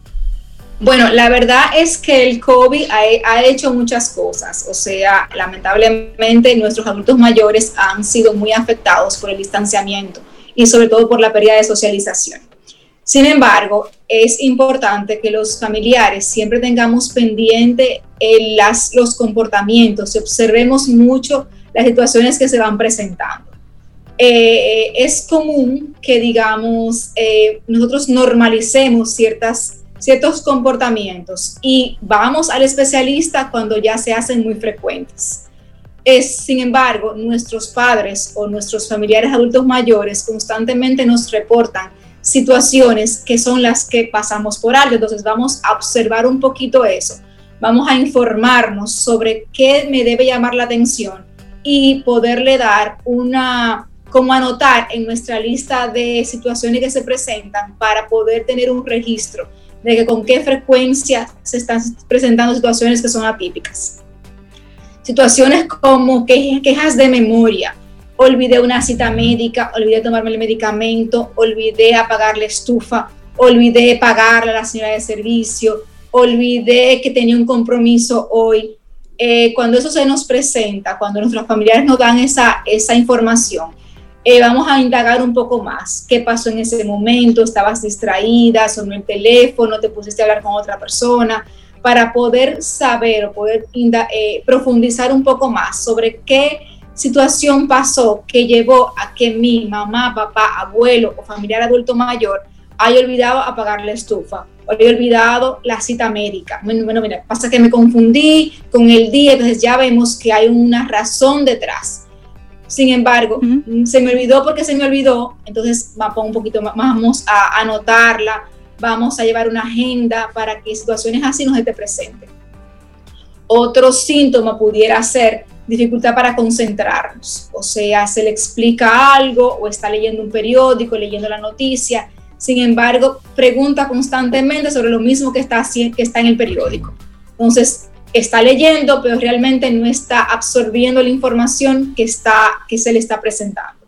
Bueno, la verdad es que el COVID ha, ha hecho muchas cosas, o sea, lamentablemente nuestros adultos mayores han sido muy afectados por el distanciamiento y sobre todo por la pérdida de socialización. Sin embargo, es importante que los familiares siempre tengamos pendiente en las, los comportamientos y observemos mucho las situaciones que se van presentando. Eh, es común que, digamos, eh, nosotros normalicemos ciertas ciertos comportamientos y vamos al especialista cuando ya se hacen muy frecuentes. Es, sin embargo, nuestros padres o nuestros familiares adultos mayores constantemente nos reportan situaciones que son las que pasamos por alto. Entonces vamos a observar un poquito eso, vamos a informarnos sobre qué me debe llamar la atención y poderle dar una, como anotar en nuestra lista de situaciones que se presentan para poder tener un registro de que con qué frecuencia se están presentando situaciones que son atípicas. Situaciones como que, quejas de memoria, olvidé una cita médica, olvidé tomarme el medicamento, olvidé apagar la estufa, olvidé pagarle a la señora de servicio, olvidé que tenía un compromiso hoy. Eh, cuando eso se nos presenta, cuando nuestros familiares nos dan esa, esa información, eh, vamos a indagar un poco más. ¿Qué pasó en ese momento? ¿Estabas distraída? ¿Sonó el teléfono? ¿Te pusiste a hablar con otra persona? Para poder saber o poder eh, profundizar un poco más sobre qué situación pasó que llevó a que mi mamá, papá, abuelo o familiar adulto mayor haya olvidado apagar la estufa, o haya olvidado la cita médica. Bueno, bueno, mira, pasa que me confundí con el día, entonces ya vemos que hay una razón detrás. Sin embargo, uh-huh. se me olvidó porque se me olvidó, entonces vamos un poquito más, vamos a anotarla, vamos a llevar una agenda para que situaciones así no se te presenten. Otro síntoma pudiera ser dificultad para concentrarnos, o sea, se le explica algo o está leyendo un periódico, leyendo la noticia, sin embargo, pregunta constantemente sobre lo mismo que está, que está en el periódico. Entonces, está leyendo, pero realmente no está absorbiendo la información que, está, que se le está presentando.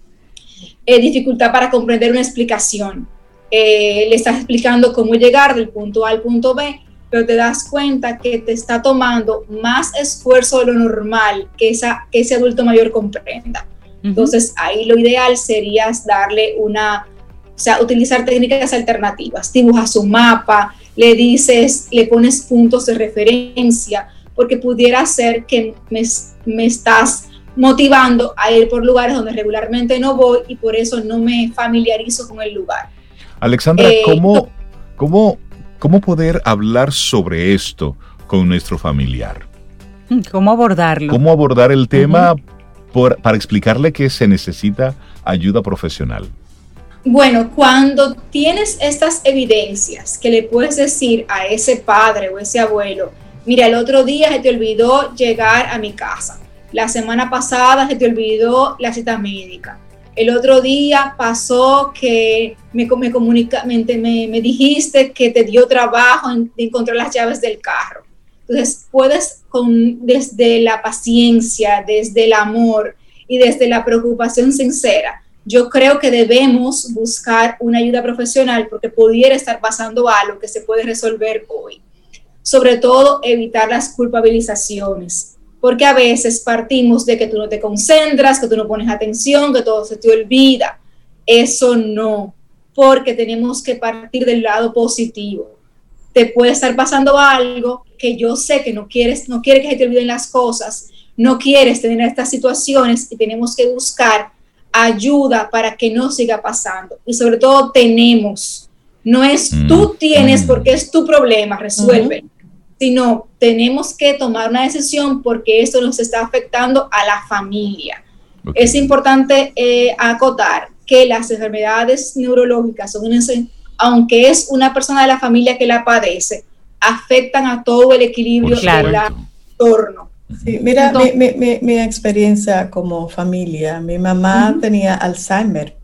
Eh, dificultad para comprender una explicación. Eh, le estás explicando cómo llegar del punto A al punto B, pero te das cuenta que te está tomando más esfuerzo de lo normal que, esa, que ese adulto mayor comprenda. Uh-huh. Entonces, ahí lo ideal sería darle una, o sea, utilizar técnicas alternativas. Dibujas un mapa, le dices, le pones puntos de referencia, porque pudiera ser que me, me estás motivando a ir por lugares donde regularmente no voy y por eso no me familiarizo con el lugar. Alexandra, eh, ¿cómo, cómo, ¿cómo poder hablar sobre esto con nuestro familiar? ¿Cómo abordarlo? ¿Cómo abordar el tema uh-huh. por, para explicarle que se necesita ayuda profesional? Bueno, cuando tienes estas evidencias que le puedes decir a ese padre o ese abuelo, mira, el otro día se te olvidó llegar a mi casa, la semana pasada se te olvidó la cita médica, el otro día pasó que me, me, comunica, me, me, me dijiste que te dio trabajo en, de encontrar las llaves del carro. Entonces puedes con, desde la paciencia, desde el amor y desde la preocupación sincera, yo creo que debemos buscar una ayuda profesional porque pudiera estar pasando algo que se puede resolver hoy. Sobre todo, evitar las culpabilizaciones, porque a veces partimos de que tú no te concentras, que tú no pones atención, que todo se te olvida. Eso no, porque tenemos que partir del lado positivo. Te puede estar pasando algo que yo sé que no quieres, no quieres que se te olviden las cosas, no quieres tener estas situaciones y tenemos que buscar ayuda para que no siga pasando. Y sobre todo tenemos, no es mm. tú tienes porque es tu problema, resuelve, uh-huh. sino tenemos que tomar una decisión porque esto nos está afectando a la familia. Okay. Es importante eh, acotar que las enfermedades neurológicas, son una, aunque es una persona de la familia que la padece, afectan a todo el equilibrio del entorno. Sí, mira, Entonces, mi, mi, mi experiencia como familia, mi mamá uh-huh. tenía Alzheimer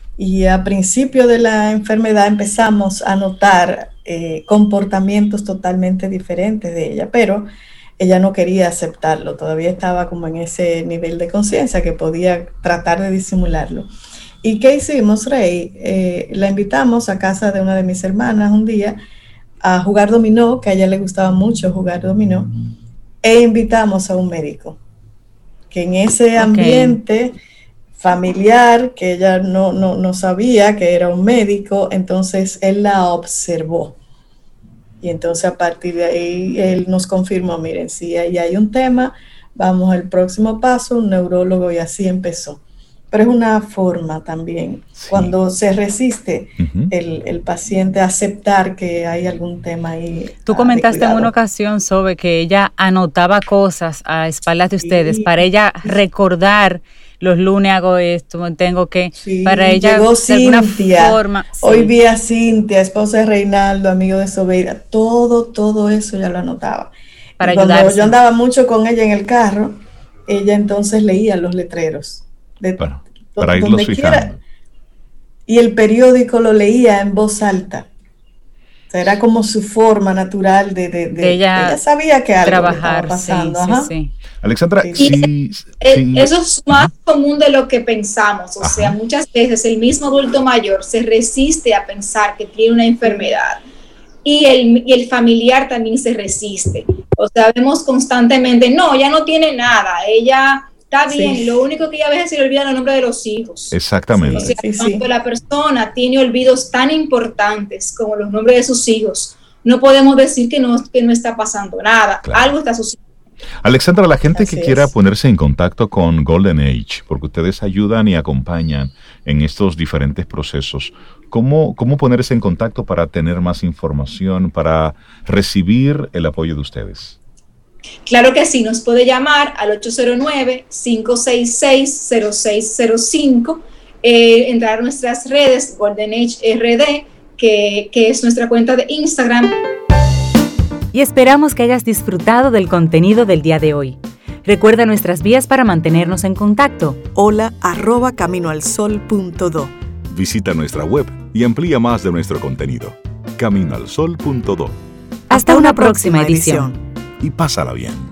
y a principio de la enfermedad empezamos a notar eh, comportamientos totalmente diferentes de ella, pero ella no quería aceptarlo, todavía estaba como en ese nivel de conciencia que podía tratar de disimularlo. ¿Y qué hicimos, Rey? Eh, la invitamos a casa de una de mis hermanas un día a jugar dominó, que a ella le gustaba mucho jugar dominó, e invitamos a un médico, que en ese ambiente okay. familiar, que ella no, no, no sabía que era un médico, entonces él la observó. Y entonces a partir de ahí él nos confirmó, miren, si ahí hay un tema, vamos al próximo paso, un neurólogo, y así empezó. pero es una forma también. Sí. Cuando se resiste uh-huh. el, el paciente a aceptar que hay algún tema ahí. Tú comentaste en una ocasión, Sobe, que ella anotaba cosas a espaldas de ustedes sí. para ella recordar. Los lunes hago esto, tengo que, sí, para ella, llegó de alguna Cintia, forma. Sí. Hoy vi a Cintia, esposa de Reinaldo, amigo de Sobeira, todo, todo eso ya lo anotaba. Para y cuando ayudarse. Yo andaba mucho con ella en el carro, ella entonces leía los letreros. De, para para irlos fijando. Y el periódico lo leía en voz alta. O sea, era como su forma natural de, de, de, de ella, ella sabía que algo trabajar, estaba pasando. Sí, Ajá. sí, sí. Alexandra, sí, sí, es, sí. Eso es más Ajá. común de lo que pensamos. O Ajá. sea, muchas veces el mismo adulto mayor se resiste a pensar que tiene una enfermedad y el, y el familiar también se resiste. O sea, vemos constantemente, no, ya no tiene nada, ella está bien, sí. Lo único que ella a veces se le olvida el nombre de los hijos. Exactamente. O sea, sí, sí. cuando la persona tiene olvidos tan importantes como los nombres de sus hijos, no podemos decir que no, que no está pasando nada, claro. Algo está sucediendo. Alexandra, la gente Así que es. quiera ponerse en contacto con Golden Age, porque ustedes ayudan y acompañan en estos diferentes procesos, ¿cómo, cómo ponerse en contacto para tener más información, para recibir el apoyo de ustedes? Claro que sí, nos puede llamar al ocho cero nueve, cinco seis seis, cero seis cero cinco, eh, entrar a nuestras redes, Golden Age R D, que, que es nuestra cuenta de Instagram. Y esperamos que hayas disfrutado del contenido del día de hoy. Recuerda nuestras vías para mantenernos en contacto. Hola arroba caminoalsol punto do. Visita nuestra web y amplía más de nuestro contenido. caminoalsol punto do. Hasta, Hasta una, una próxima, próxima edición. Y pásala bien.